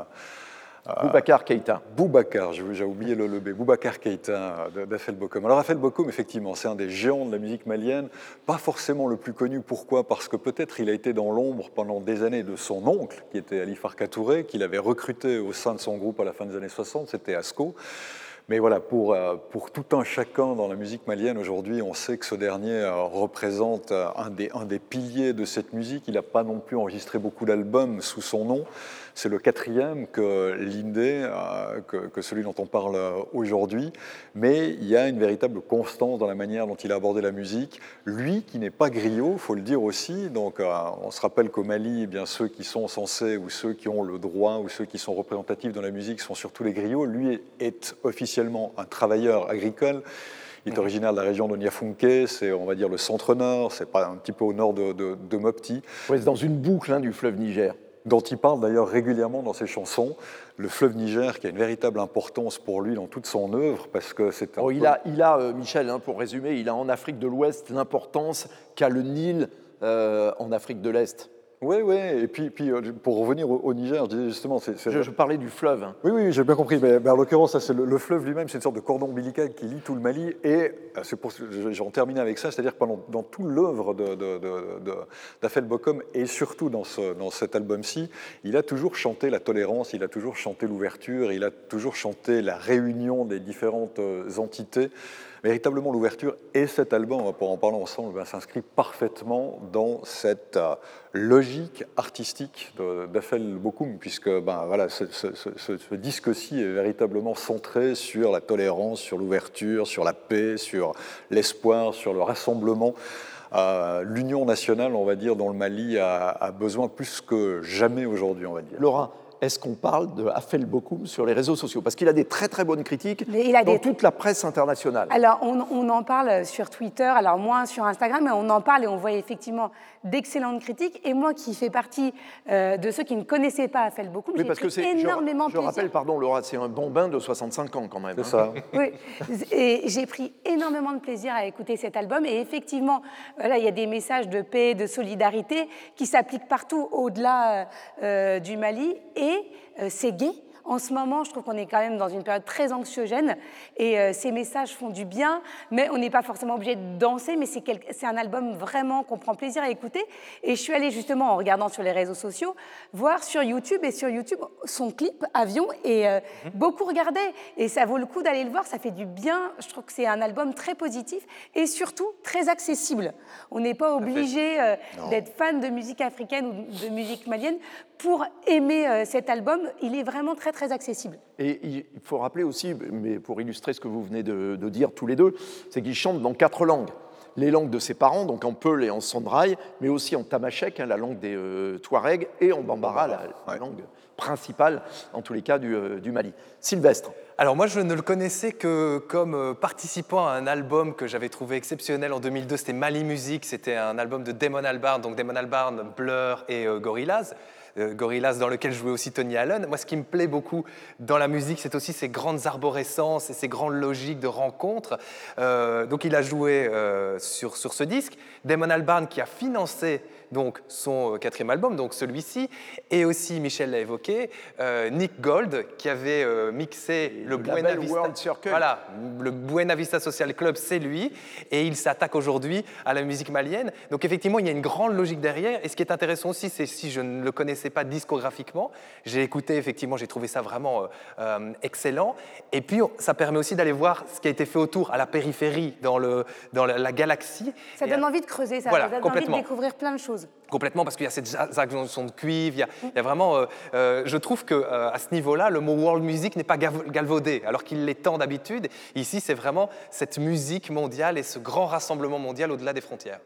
Boubacar Keïta. Boubacar, j'ai oublié le, le B. Boubacar Keïta d'Afel Bokoum. Alors Afel Bokoum, effectivement, c'est un des géants de la musique malienne, pas forcément le plus connu. Pourquoi ? Parce que peut-être il a été dans l'ombre pendant des années de son oncle, qui était Ali Farka Touré, qu'il avait recruté au sein de son groupe à la fin des années soixante, c'était Asco. Mais voilà, pour, pour tout un chacun dans la musique malienne, aujourd'hui, on sait que ce dernier représente un des, un des piliers de cette musique. Il n'a pas non plus enregistré beaucoup d'albums sous son nom. C'est le quatrième que Lindé, que, que celui dont on parle aujourd'hui. Mais il y a une véritable constance dans la manière dont il a abordé la musique. Lui, qui n'est pas griot, il faut le dire aussi. Donc, on se rappelle qu'au Mali, eh bien, ceux qui sont censés, ou ceux qui ont le droit, ou ceux qui sont représentatifs dans la musique sont surtout les griots. Lui est officiellement un travailleur agricole. Il est originaire de la région de Niafunké, c'est, on va dire, le centre-nord, c'est pas un petit peu au nord de, de, de Mopti. Ouais, c'est dans une boucle hein, du fleuve Niger. Dont il parle d'ailleurs régulièrement dans ses chansons. Le fleuve Niger, qui a une véritable importance pour lui dans toute son œuvre, parce que c'est un oh, peu... Il a, il a euh, Michel, hein, pour résumer, il a en Afrique de l'Ouest l'importance qu'a le Nil euh, en Afrique de l'Est. Oui, oui, et puis, puis pour revenir au, au Niger, je disais justement... C'est, c'est... Je, je parlais du fleuve. Hein. Oui, oui, j'ai bien compris, mais, mais en l'occurrence, ça, c'est le, le fleuve lui-même, c'est une sorte de cordon ombilical qui lie tout le Mali, et c'est pour, j'en termine avec ça, c'est-à-dire que pendant, dans toute l'œuvre de, de, de, de, d'Afel Bokoum, et surtout dans, ce, dans cet album-ci, il a toujours chanté la tolérance, il a toujours chanté l'ouverture, il a toujours chanté la réunion des différentes entités. Véritablement, l'ouverture et cet album, on va pouvoir en parler ensemble, ben, s'inscrit parfaitement dans cette euh, logique artistique d'Afel Bokoum, puisque ben, voilà, ce, ce, ce, ce disque-ci est véritablement centré sur la tolérance, sur l'ouverture, sur la paix, sur l'espoir, sur le rassemblement. Euh, L'union nationale, on va dire, dont le Mali a, a besoin plus que jamais aujourd'hui, on va dire. Laura, est-ce qu'on parle de Afel Bokoum sur les réseaux sociaux ? Parce qu'il a des très très bonnes critiques il a dans des... toute la presse internationale. Alors, on, on en parle sur Twitter, alors moins sur Instagram, mais on en parle et on voit effectivement d'excellentes critiques. Et moi, qui fais partie euh, de ceux qui ne connaissaient pas Afel Bokoum, oui, j'ai parce pris que c'est, énormément je, plaisir. Je rappelle, pardon Laura, c'est un bambin de soixante-cinq ans quand même. C'est hein. ça. Oui, et j'ai pris énormément de plaisir à écouter cet album. Et effectivement, voilà, il y a des messages de paix, de solidarité qui s'appliquent partout au-delà euh, du Mali. Et euh, c'est gai. En ce moment, je trouve qu'on est quand même dans une période très anxiogène et euh, ces messages font du bien, mais on n'est pas forcément obligé de danser, mais c'est, quel... c'est un album vraiment qu'on prend plaisir à écouter. Et je suis allée justement, en regardant sur les réseaux sociaux, voir sur YouTube, et sur YouTube, son clip Avion est euh, mmh. beaucoup regardé. Et ça vaut le coup d'aller le voir, ça fait du bien. Je trouve que c'est un album très positif et surtout très accessible. On n'est pas obligé euh, d'être fan de musique africaine ou de musique malienne pour aimer euh, cet album. Il est vraiment très très accessible. Et il faut rappeler aussi, mais pour illustrer ce que vous venez de, de dire tous les deux, c'est qu'il chante dans quatre langues. Les langues de ses parents, donc en Peul et en Sandraï, mais aussi en Tamashek, hein, la langue des euh, Touaregs, et en Bambara, la, la ouais. langue principale, en tous les cas, du, euh, du Mali. Sylvestre. Alors moi, je ne le connaissais que comme participant à un album que j'avais trouvé exceptionnel en deux mille deux, c'était Mali Music, c'était un album de Damon Albarn, donc Damon Albarn, Blur et euh, Gorillaz. Euh, Gorillaz, dans lequel jouait aussi Tony Allen. Moi, ce qui me plaît beaucoup dans la musique, c'est aussi ces grandes arborescences et ces grandes logiques de rencontres. Euh, donc, il a joué euh, sur, sur ce disque. Damon Albarn, qui a financé donc, son quatrième album, donc celui-ci, et aussi, Michel l'a évoqué, euh, Nick Gold, qui avait euh, mixé le, le Buena Vista, World Circle. Voilà, le Buena Vista Social Club, c'est lui, et il s'attaque aujourd'hui à la musique malienne. Donc, effectivement, il y a une grande logique derrière, et ce qui est intéressant aussi, c'est si je ne le connaissais pas discographiquement. J'ai écouté, effectivement, j'ai trouvé ça vraiment euh, euh, excellent. Et puis, ça permet aussi d'aller voir ce qui a été fait autour, à la périphérie, dans, le, dans la, la galaxie. Ça et donne à... envie de creuser, ça voilà, donne envie de découvrir plein de choses. Complètement, parce qu'il y a cette actions de cuivre, il y a, il y a vraiment... Euh, euh, je trouve qu'à euh, ce niveau-là, le mot world music n'est pas galvaudé, alors qu'il l'est tant d'habitude. Ici, c'est vraiment cette musique mondiale et ce grand rassemblement mondial au-delà des frontières.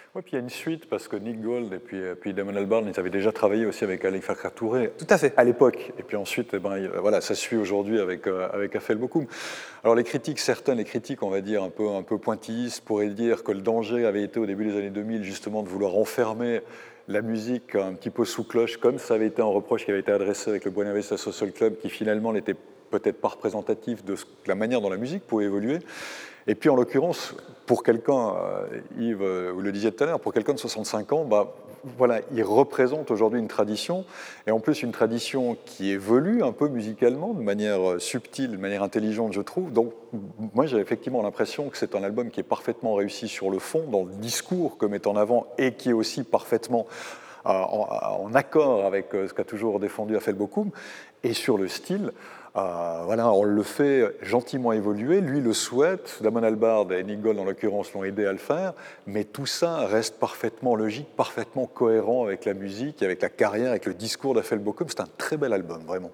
Oui, puis il y a une suite, parce que Nick Gold et puis, puis Damon Albarn, ils avaient déjà travaillé aussi avec Ali Farka Touré. Tout à fait. À l'époque. Et puis ensuite, eh ben, voilà, ça suit aujourd'hui avec, euh, avec Afel Bokoum. Alors les critiques, certains, les critiques, on va dire, un peu, un peu pointillistes, pourraient dire que le danger avait été au début des années deux mille, justement, de vouloir enfermer la musique un petit peu sous cloche, comme ça avait été un reproche qui avait été adressé avec le Buena Vista Social Club, qui finalement n'était peut-être pas représentatif de la manière dont la musique pouvait évoluer. Et puis, en l'occurrence, pour quelqu'un, euh, Yves, euh, vous le disiez tout à l'heure, pour quelqu'un de soixante-cinq ans, bah, voilà, il représente aujourd'hui une tradition, et en plus une tradition qui évolue un peu musicalement, de manière subtile, de manière intelligente, je trouve. Donc, moi, j'ai effectivement l'impression que c'est un album qui est parfaitement réussi sur le fond, dans le discours que met en avant, et qui est aussi parfaitement euh, en, en accord avec euh, ce qu'a toujours défendu Afel Bokoum, et sur le style. Euh, voilà, on le fait gentiment évoluer, lui le souhaite, Damon Albarn et Nick Gold en l'occurrence l'ont aidé à le faire, mais tout ça reste parfaitement logique, parfaitement cohérent avec la musique, avec la carrière, avec le discours d'Afel Bokoum. C'est un très bel album, vraiment.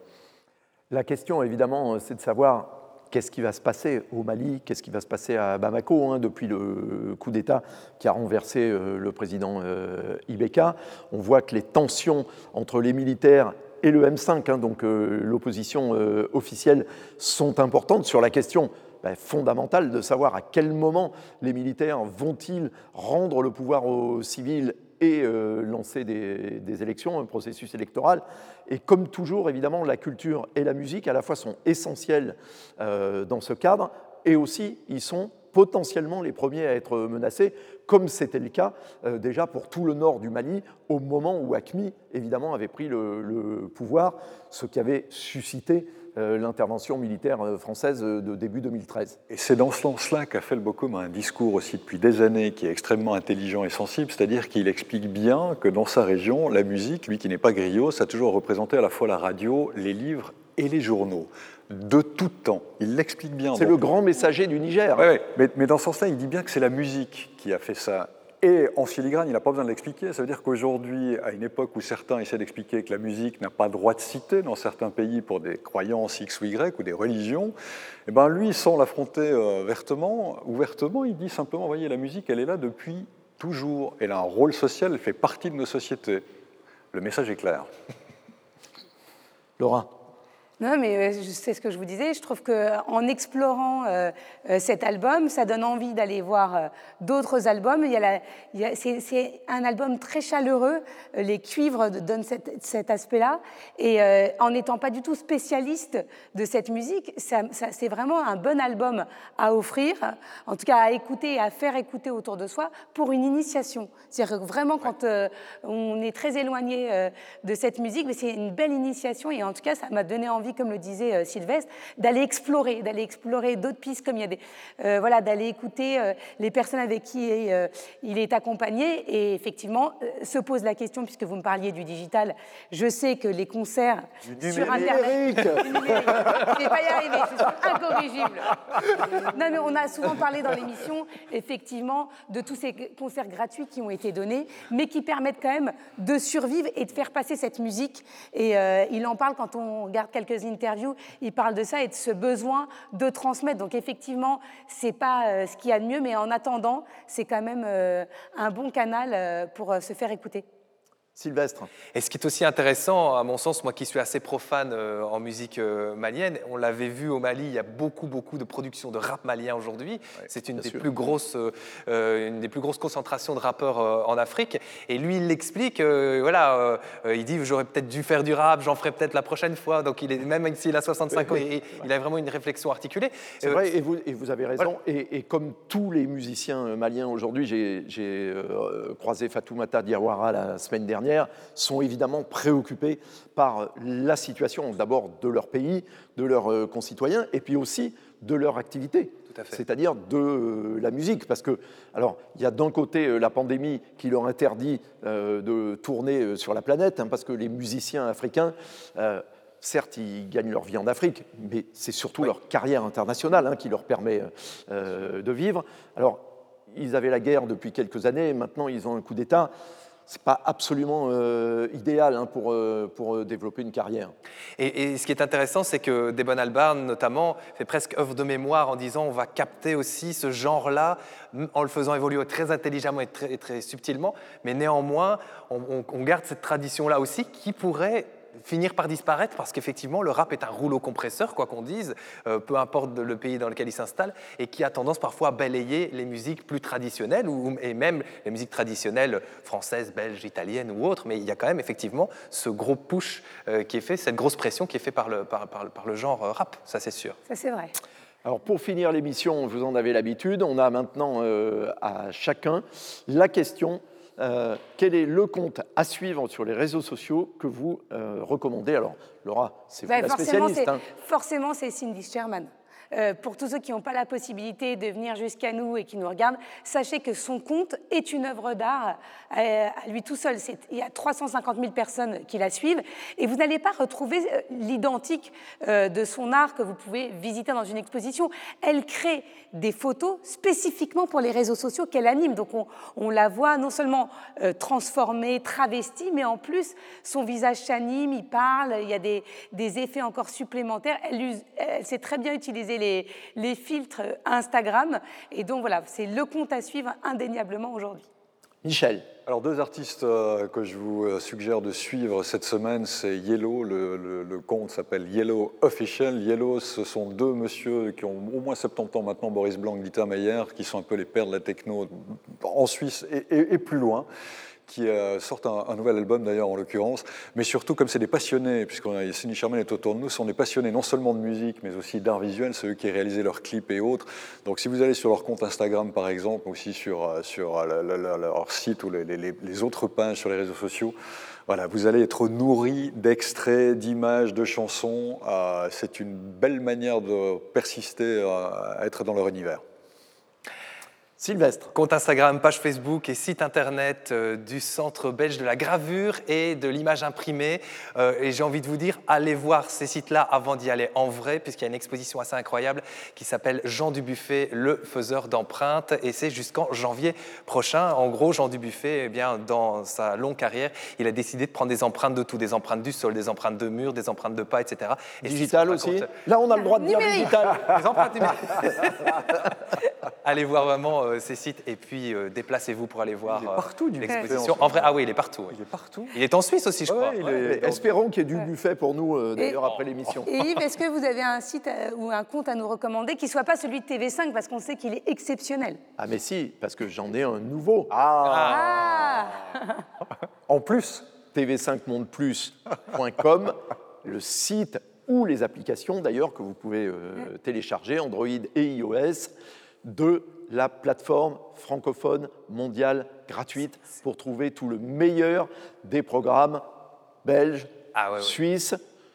La question, évidemment, c'est de savoir qu'est-ce qui va se passer au Mali, qu'est-ce qui va se passer à Bamako, hein, depuis le coup d'État qui a renversé euh, le président euh, Ibeka. On voit que les tensions entre les militaires et le M cinq, hein, donc euh, l'opposition euh, officielle, sont importantes sur la question bah, fondamentale de savoir à quel moment les militaires vont-ils rendre le pouvoir aux civils et euh, lancer des, des élections, un processus électoral. Et comme toujours, évidemment, la culture et la musique à la fois sont essentielles euh, dans ce cadre, et aussi ils sont potentiellement les premiers à être menacés, comme c'était le cas euh, déjà pour tout le nord du Mali, au moment où AQMI, évidemment, avait pris le, le pouvoir, ce qui avait suscité euh, l'intervention militaire française de début deux mille treize. Et c'est dans ce sens-là qu'Afel Bokoum a un discours aussi depuis des années qui est extrêmement intelligent et sensible, c'est-à-dire qu'il explique bien que dans sa région, la musique, lui qui n'est pas griot, ça a toujours représenté à la fois la radio, les livres et les journaux. De tout temps. Il l'explique bien. C'est bon. le grand messager du Niger. Oui, mais, mais dans ce sens-là, il dit bien que c'est la musique qui a fait ça. Et en filigrane, il n'a pas besoin de l'expliquer. Ça veut dire qu'aujourd'hui, à une époque où certains essaient d'expliquer que la musique n'a pas droit de citer dans certains pays pour des croyances X ou Y ou des religions, eh ben lui, sans l'affronter euh, vertement, ouvertement, il dit simplement, voyez, la musique, elle est là depuis toujours. Elle a un rôle social, elle fait partie de nos sociétés. Le message est clair. Laura. Non, mais c'est ce que je vous disais. Je trouve qu'en explorant euh, cet album, ça donne envie d'aller voir euh, d'autres albums. Il y a la, il y a, c'est, c'est un album très chaleureux. Les cuivres donnent cet, cet aspect-là. Et euh, en n'étant pas du tout spécialiste de cette musique, ça, ça, c'est vraiment un bon album à offrir, en tout cas à écouter et à faire écouter autour de soi pour une initiation. C'est-à-dire que vraiment, quand euh, on est très éloigné euh, de cette musique, mais c'est une belle initiation. Et en tout cas, ça m'a donné envie, comme le disait euh, Sylvestre, d'aller explorer, d'aller explorer d'autres pistes, comme il y a des, euh, voilà, d'aller écouter euh, les personnes avec qui euh, il est accompagné. Et effectivement, euh, se pose la question, puisque vous me parliez du digital, je sais que les concerts du sur Internet, du numérique, je vais pas y arriver, c'est incorrigible. Non, mais on a souvent parlé dans l'émission, effectivement, de tous ces concerts gratuits qui ont été donnés, mais qui permettent quand même de survivre et de faire passer cette musique. Et euh, il en parle quand on regarde quelques interviews, il parle de ça et de ce besoin de transmettre. Donc effectivement, c'est pas euh, ce qu'il y a de mieux, mais en attendant, c'est quand même euh, un bon canal euh, pour euh, se faire écouter. Sylvestre. Et ce qui est aussi intéressant, à mon sens, moi qui suis assez profane euh, en musique euh, malienne, on l'avait vu au Mali, il y a beaucoup, beaucoup de productions de rap malien aujourd'hui. Ouais, c'est une des, plus grosses, euh, une des plus grosses concentrations de rappeurs euh, en Afrique. Et lui, il l'explique, euh, voilà, euh, il dit, j'aurais peut-être dû faire du rap, j'en ferai peut-être la prochaine fois. Donc, il est, même s'il a soixante-cinq oui, ans, oui. Il, il a vraiment une réflexion articulée. C'est euh, vrai, et vous, et vous avez raison. Voilà. Et, et comme tous les musiciens maliens aujourd'hui, j'ai, j'ai euh, croisé Fatoumata Diawara la semaine dernière, sont évidemment préoccupés par la situation d'abord de leur pays, de leurs concitoyens, et puis aussi de leur activité, c'est-à-dire de la musique. Parce que, alors, il y a d'un côté la pandémie qui leur interdit euh, de tourner sur la planète, hein, parce que les musiciens africains, euh, certes, ils gagnent leur vie en Afrique, mais c'est surtout oui. leur carrière internationale hein, qui leur permet euh, de vivre. Alors, ils avaient la guerre depuis quelques années, maintenant ils ont un coup d'État. c'est pas absolument euh, idéal hein, pour, euh, pour développer une carrière. Et, et ce qui est intéressant, c'est que Damon Albarn, notamment, fait presque œuvre de mémoire en disant on va capter aussi ce genre-là en le faisant évoluer très intelligemment et très, et très subtilement, mais néanmoins, on, on, on garde cette tradition-là aussi qui pourrait finir par disparaître parce qu'effectivement, le rap est un rouleau compresseur, quoi qu'on dise, euh, peu importe le pays dans lequel il s'installe, et qui a tendance parfois à balayer les musiques plus traditionnelles, ou, et même les musiques traditionnelles françaises, belges, italiennes ou autres, mais il y a quand même effectivement ce gros push euh, qui est fait, cette grosse pression qui est faite par le, par, par, par le genre rap, ça c'est sûr. Ça c'est vrai. Alors pour finir l'émission, vous en avez l'habitude, on a maintenant euh, à chacun la question Euh, quel est le compte à suivre sur les réseaux sociaux que vous euh, recommandez? Alors, Laura, c'est vous bah, la forcément, spécialiste. C'est, hein. Forcément, c'est Cindy Sherman. Euh, pour tous ceux qui n'ont pas la possibilité de venir jusqu'à nous et qui nous regardent, sachez que son compte est une œuvre d'art euh, à lui tout seul. C'est, il y a trois cent cinquante mille personnes qui la suivent et vous n'allez pas retrouver euh, l'identique euh, de son art que vous pouvez visiter dans une exposition. Elle crée des photos spécifiquement pour les réseaux sociaux qu'elle anime. Donc on, on la voit non seulement euh, transformée, travestie, mais en plus son visage s'anime, il parle, il y a des, des effets encore supplémentaires. Elle, use, elle sait très bien utiliser Les, les filtres Instagram. Et donc voilà, c'est le compte à suivre indéniablement aujourd'hui. Michel. Alors deux artistes euh, que je vous suggère de suivre cette semaine, c'est Yellow, le, le, le compte s'appelle Yellow Official. Yellow, ce sont deux messieurs qui ont au moins soixante-dix ans maintenant, Boris Blanc, Dieter Meier, qui sont un peu les pères de la techno en Suisse et, et, et plus loin, qui euh, sortent un, un nouvel album d'ailleurs en l'occurrence, mais surtout comme c'est des passionnés, puisque Cindy Sherman est autour de nous, ce sont des passionnés non seulement de musique, mais aussi d'art visuel, c'est eux qui réalisent leurs clips et autres. Donc si vous allez sur leur compte Instagram par exemple, aussi sur, sur la, la, la, leur site ou les, les, les autres pages sur les réseaux sociaux, voilà, vous allez être nourri d'extraits, d'images, de chansons. Euh, c'est une belle manière de persister euh, à être dans leur univers. Sylvestre. Compte Instagram, page Facebook et site internet euh, du Centre belge de la gravure et de l'image imprimée. Euh, et j'ai envie de vous dire, allez voir ces sites-là avant d'y aller en vrai, puisqu'il y a une exposition assez incroyable qui s'appelle Jean Dubuffet, le faiseur d'empreintes. Et c'est jusqu'en janvier prochain. En gros, Jean Dubuffet, eh bien, dans sa longue carrière, il a décidé de prendre des empreintes de tout, des empreintes du sol, des empreintes de murs, des empreintes de pas, et cetera. Et digital aussi. Là, on a le droit de dire digital. Les empreintes numériques. Allez voir vraiment euh, ces sites et puis euh, déplacez-vous pour aller voir il est partout, du l'exposition. En, en vrai, ah oui, il est partout. Oui. Il est partout. Il est en Suisse aussi, je ouais, crois. Il est... ouais, espérons qu'il y ait du buffet pour nous, euh, d'ailleurs, et, après l'émission. Et Yves, est-ce que vous avez un site euh, ou un compte à nous recommander qui ne soit pas celui de T V cinq, parce qu'on sait qu'il est exceptionnel? Ah mais si, parce que j'en ai un nouveau. Ah, ah. En plus, T V cinq monde plus point com, le site ou les applications, d'ailleurs, que vous pouvez euh, télécharger, Android et iOS, de la plateforme francophone mondiale gratuite pour trouver tout le meilleur des programmes belges, ah ouais, ouais. suisses,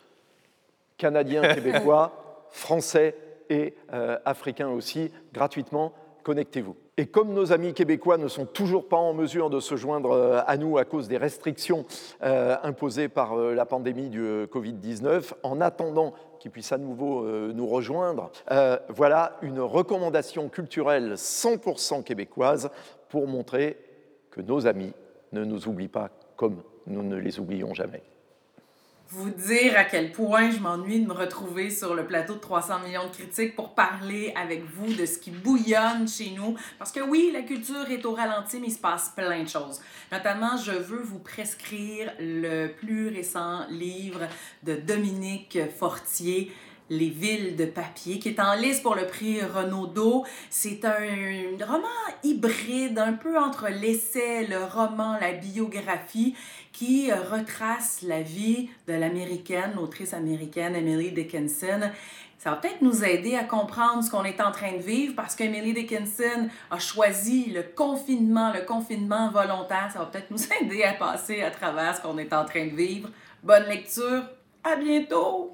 canadiens, québécois, français et euh, africains aussi, gratuitement. Connectez-vous. Et comme nos amis québécois ne sont toujours pas en mesure de se joindre à nous à cause des restrictions euh, imposées par euh, la pandémie du euh, covid dix-neuf, en attendant qu'ils puissent à nouveau euh, nous rejoindre, euh, voilà une recommandation culturelle cent pour cent québécoise pour montrer que nos amis ne nous oublient pas comme nous ne les oublions jamais. Vous dire à quel point je m'ennuie de me retrouver sur le plateau de trois cents millions de critiques pour parler avec vous de ce qui bouillonne chez nous. Parce que oui, la culture est au ralenti, mais il se passe plein de choses. Notamment, je veux vous prescrire le plus récent livre de Dominique Fortier, Les villes de papier, qui est en lice pour le prix Renaudot. C'est un roman hybride, un peu entre l'essai, le roman, la biographie, qui retrace la vie de l'américaine, l'autrice américaine Emily Dickinson. Ça va peut-être nous aider à comprendre ce qu'on est en train de vivre, parce qu'Emily Dickinson a choisi le confinement, le confinement volontaire. Ça va peut-être nous aider à passer à travers ce qu'on est en train de vivre. Bonne lecture, à bientôt!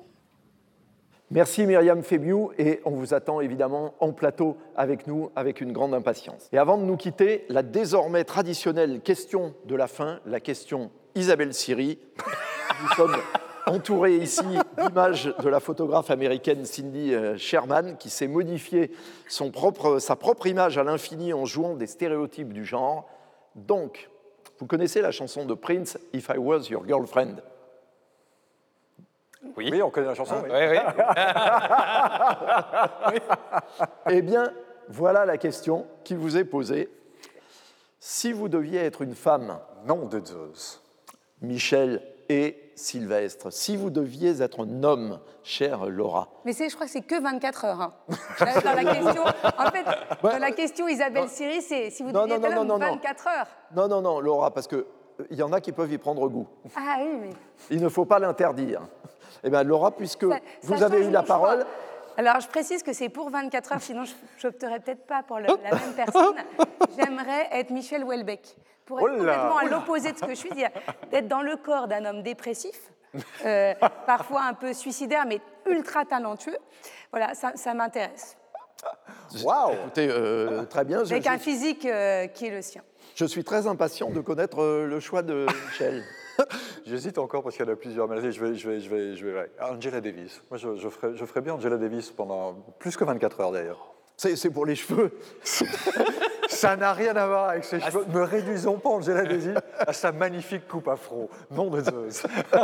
Merci Myriam Fébiou, et on vous attend évidemment en plateau avec nous avec une grande impatience. Et avant de nous quitter, la désormais traditionnelle question de la fin, la question Isabelle Siri. Nous sommes entourés ici d'images de la photographe américaine Cindy Sherman, qui s'est modifié son propre, sa propre image à l'infini en jouant des stéréotypes du genre. Donc, Vous connaissez la chanson de Prince, If I Was Your Girlfriend? Oui. Oui, on connaît la chanson. Hein, oui. Oui, oui. Eh bien, voilà la question qui vous est posée. Si vous deviez être une femme, nom de Zeus, Michel et Sylvestre, si vous deviez être un homme, chère Laura. Mais c'est, je crois que c'est que vingt-quatre heures. Hein. Dans la question, en fait, dans la question Isabelle Siri, c'est si vous Non, deviez non, être non, un non, homme, non, non. vingt-quatre heures. Non, non, non, Laura, parce qu'il y en a qui peuvent y prendre goût. Ah oui, mais... Il ne faut pas l'interdire. Eh bien, Laura, puisque Ça- vous ça avez change eu la mon choix. parole... Alors, je précise que c'est pour vingt-quatre heures, sinon je n'opterais peut-être pas pour le- la même personne. J'aimerais être Michel Houellebecq. Pour être Oh là, complètement oh à là. l'opposé de ce que je suis, c'est-à-dire d'être dans le corps d'un homme dépressif, euh, parfois un peu suicidaire, mais ultra talentueux. Voilà, ça, ça m'intéresse. Waouh. Écoutez, euh, très bien. Je, Avec un je- physique euh, qui est le sien. je suis très impatient de connaître euh, le choix de Michel. J'hésite encore parce qu'il y en a plusieurs. Mais allez, je vais, je vais, je vais, je vais. ouais. Angela Davis. Moi, je, je, ferais, je ferais bien Angela Davis pendant plus que vingt-quatre heures d'ailleurs. C'est c'est pour les cheveux. Ça n'a rien à voir avec ses cheveux. Ne réduisons pas Angela Davis à sa magnifique coupe afro. Nom de Zeus.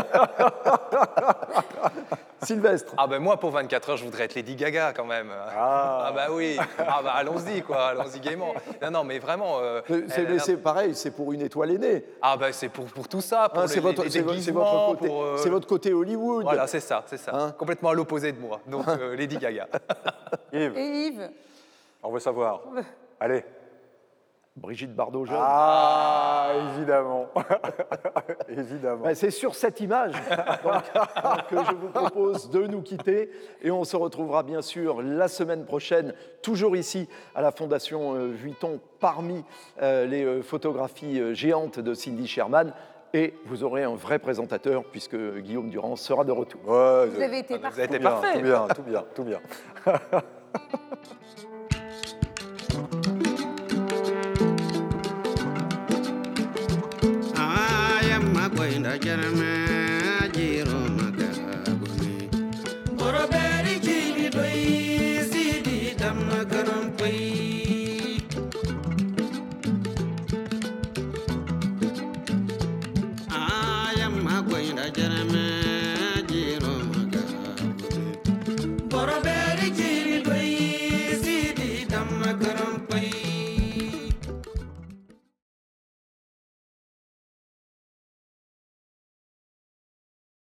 Sylvestre. Ah ben moi, pour vingt-quatre heures, je voudrais être Lady Gaga quand même. Ah, Ah bah oui, ah bah allons-y quoi, allons-y gaiement. Non, non, mais vraiment... euh, Euh, C'est elle- mais c'est pareil, c'est pour une étoile aînée. Ah bah c'est pour, pour tout ça, pour Hein, les, c'est votre, les c'est votre- c'est déguisements, votre côté, pour, euh, c'est votre côté Hollywood. Voilà, c'est ça, c'est ça. Hein Complètement à l'opposé de moi, donc euh, Lady Gaga. Yves, Et Yves, on veut savoir. Allez. Brigitte Bardot jeune. Ah, évidemment. évidemment. Ben, c'est sur cette image donc, donc, que je vous propose de nous quitter et on se retrouvera bien sûr la semaine prochaine, toujours ici à la Fondation euh, Vuitton, parmi euh, les euh, photographies euh, géantes de Cindy Sherman. Et vous aurez un vrai présentateur puisque Guillaume Durand sera de retour. Ouais, vous avez été Vous parfait. avez été tout bien, parfait. tout bien, tout bien, tout bien. I am a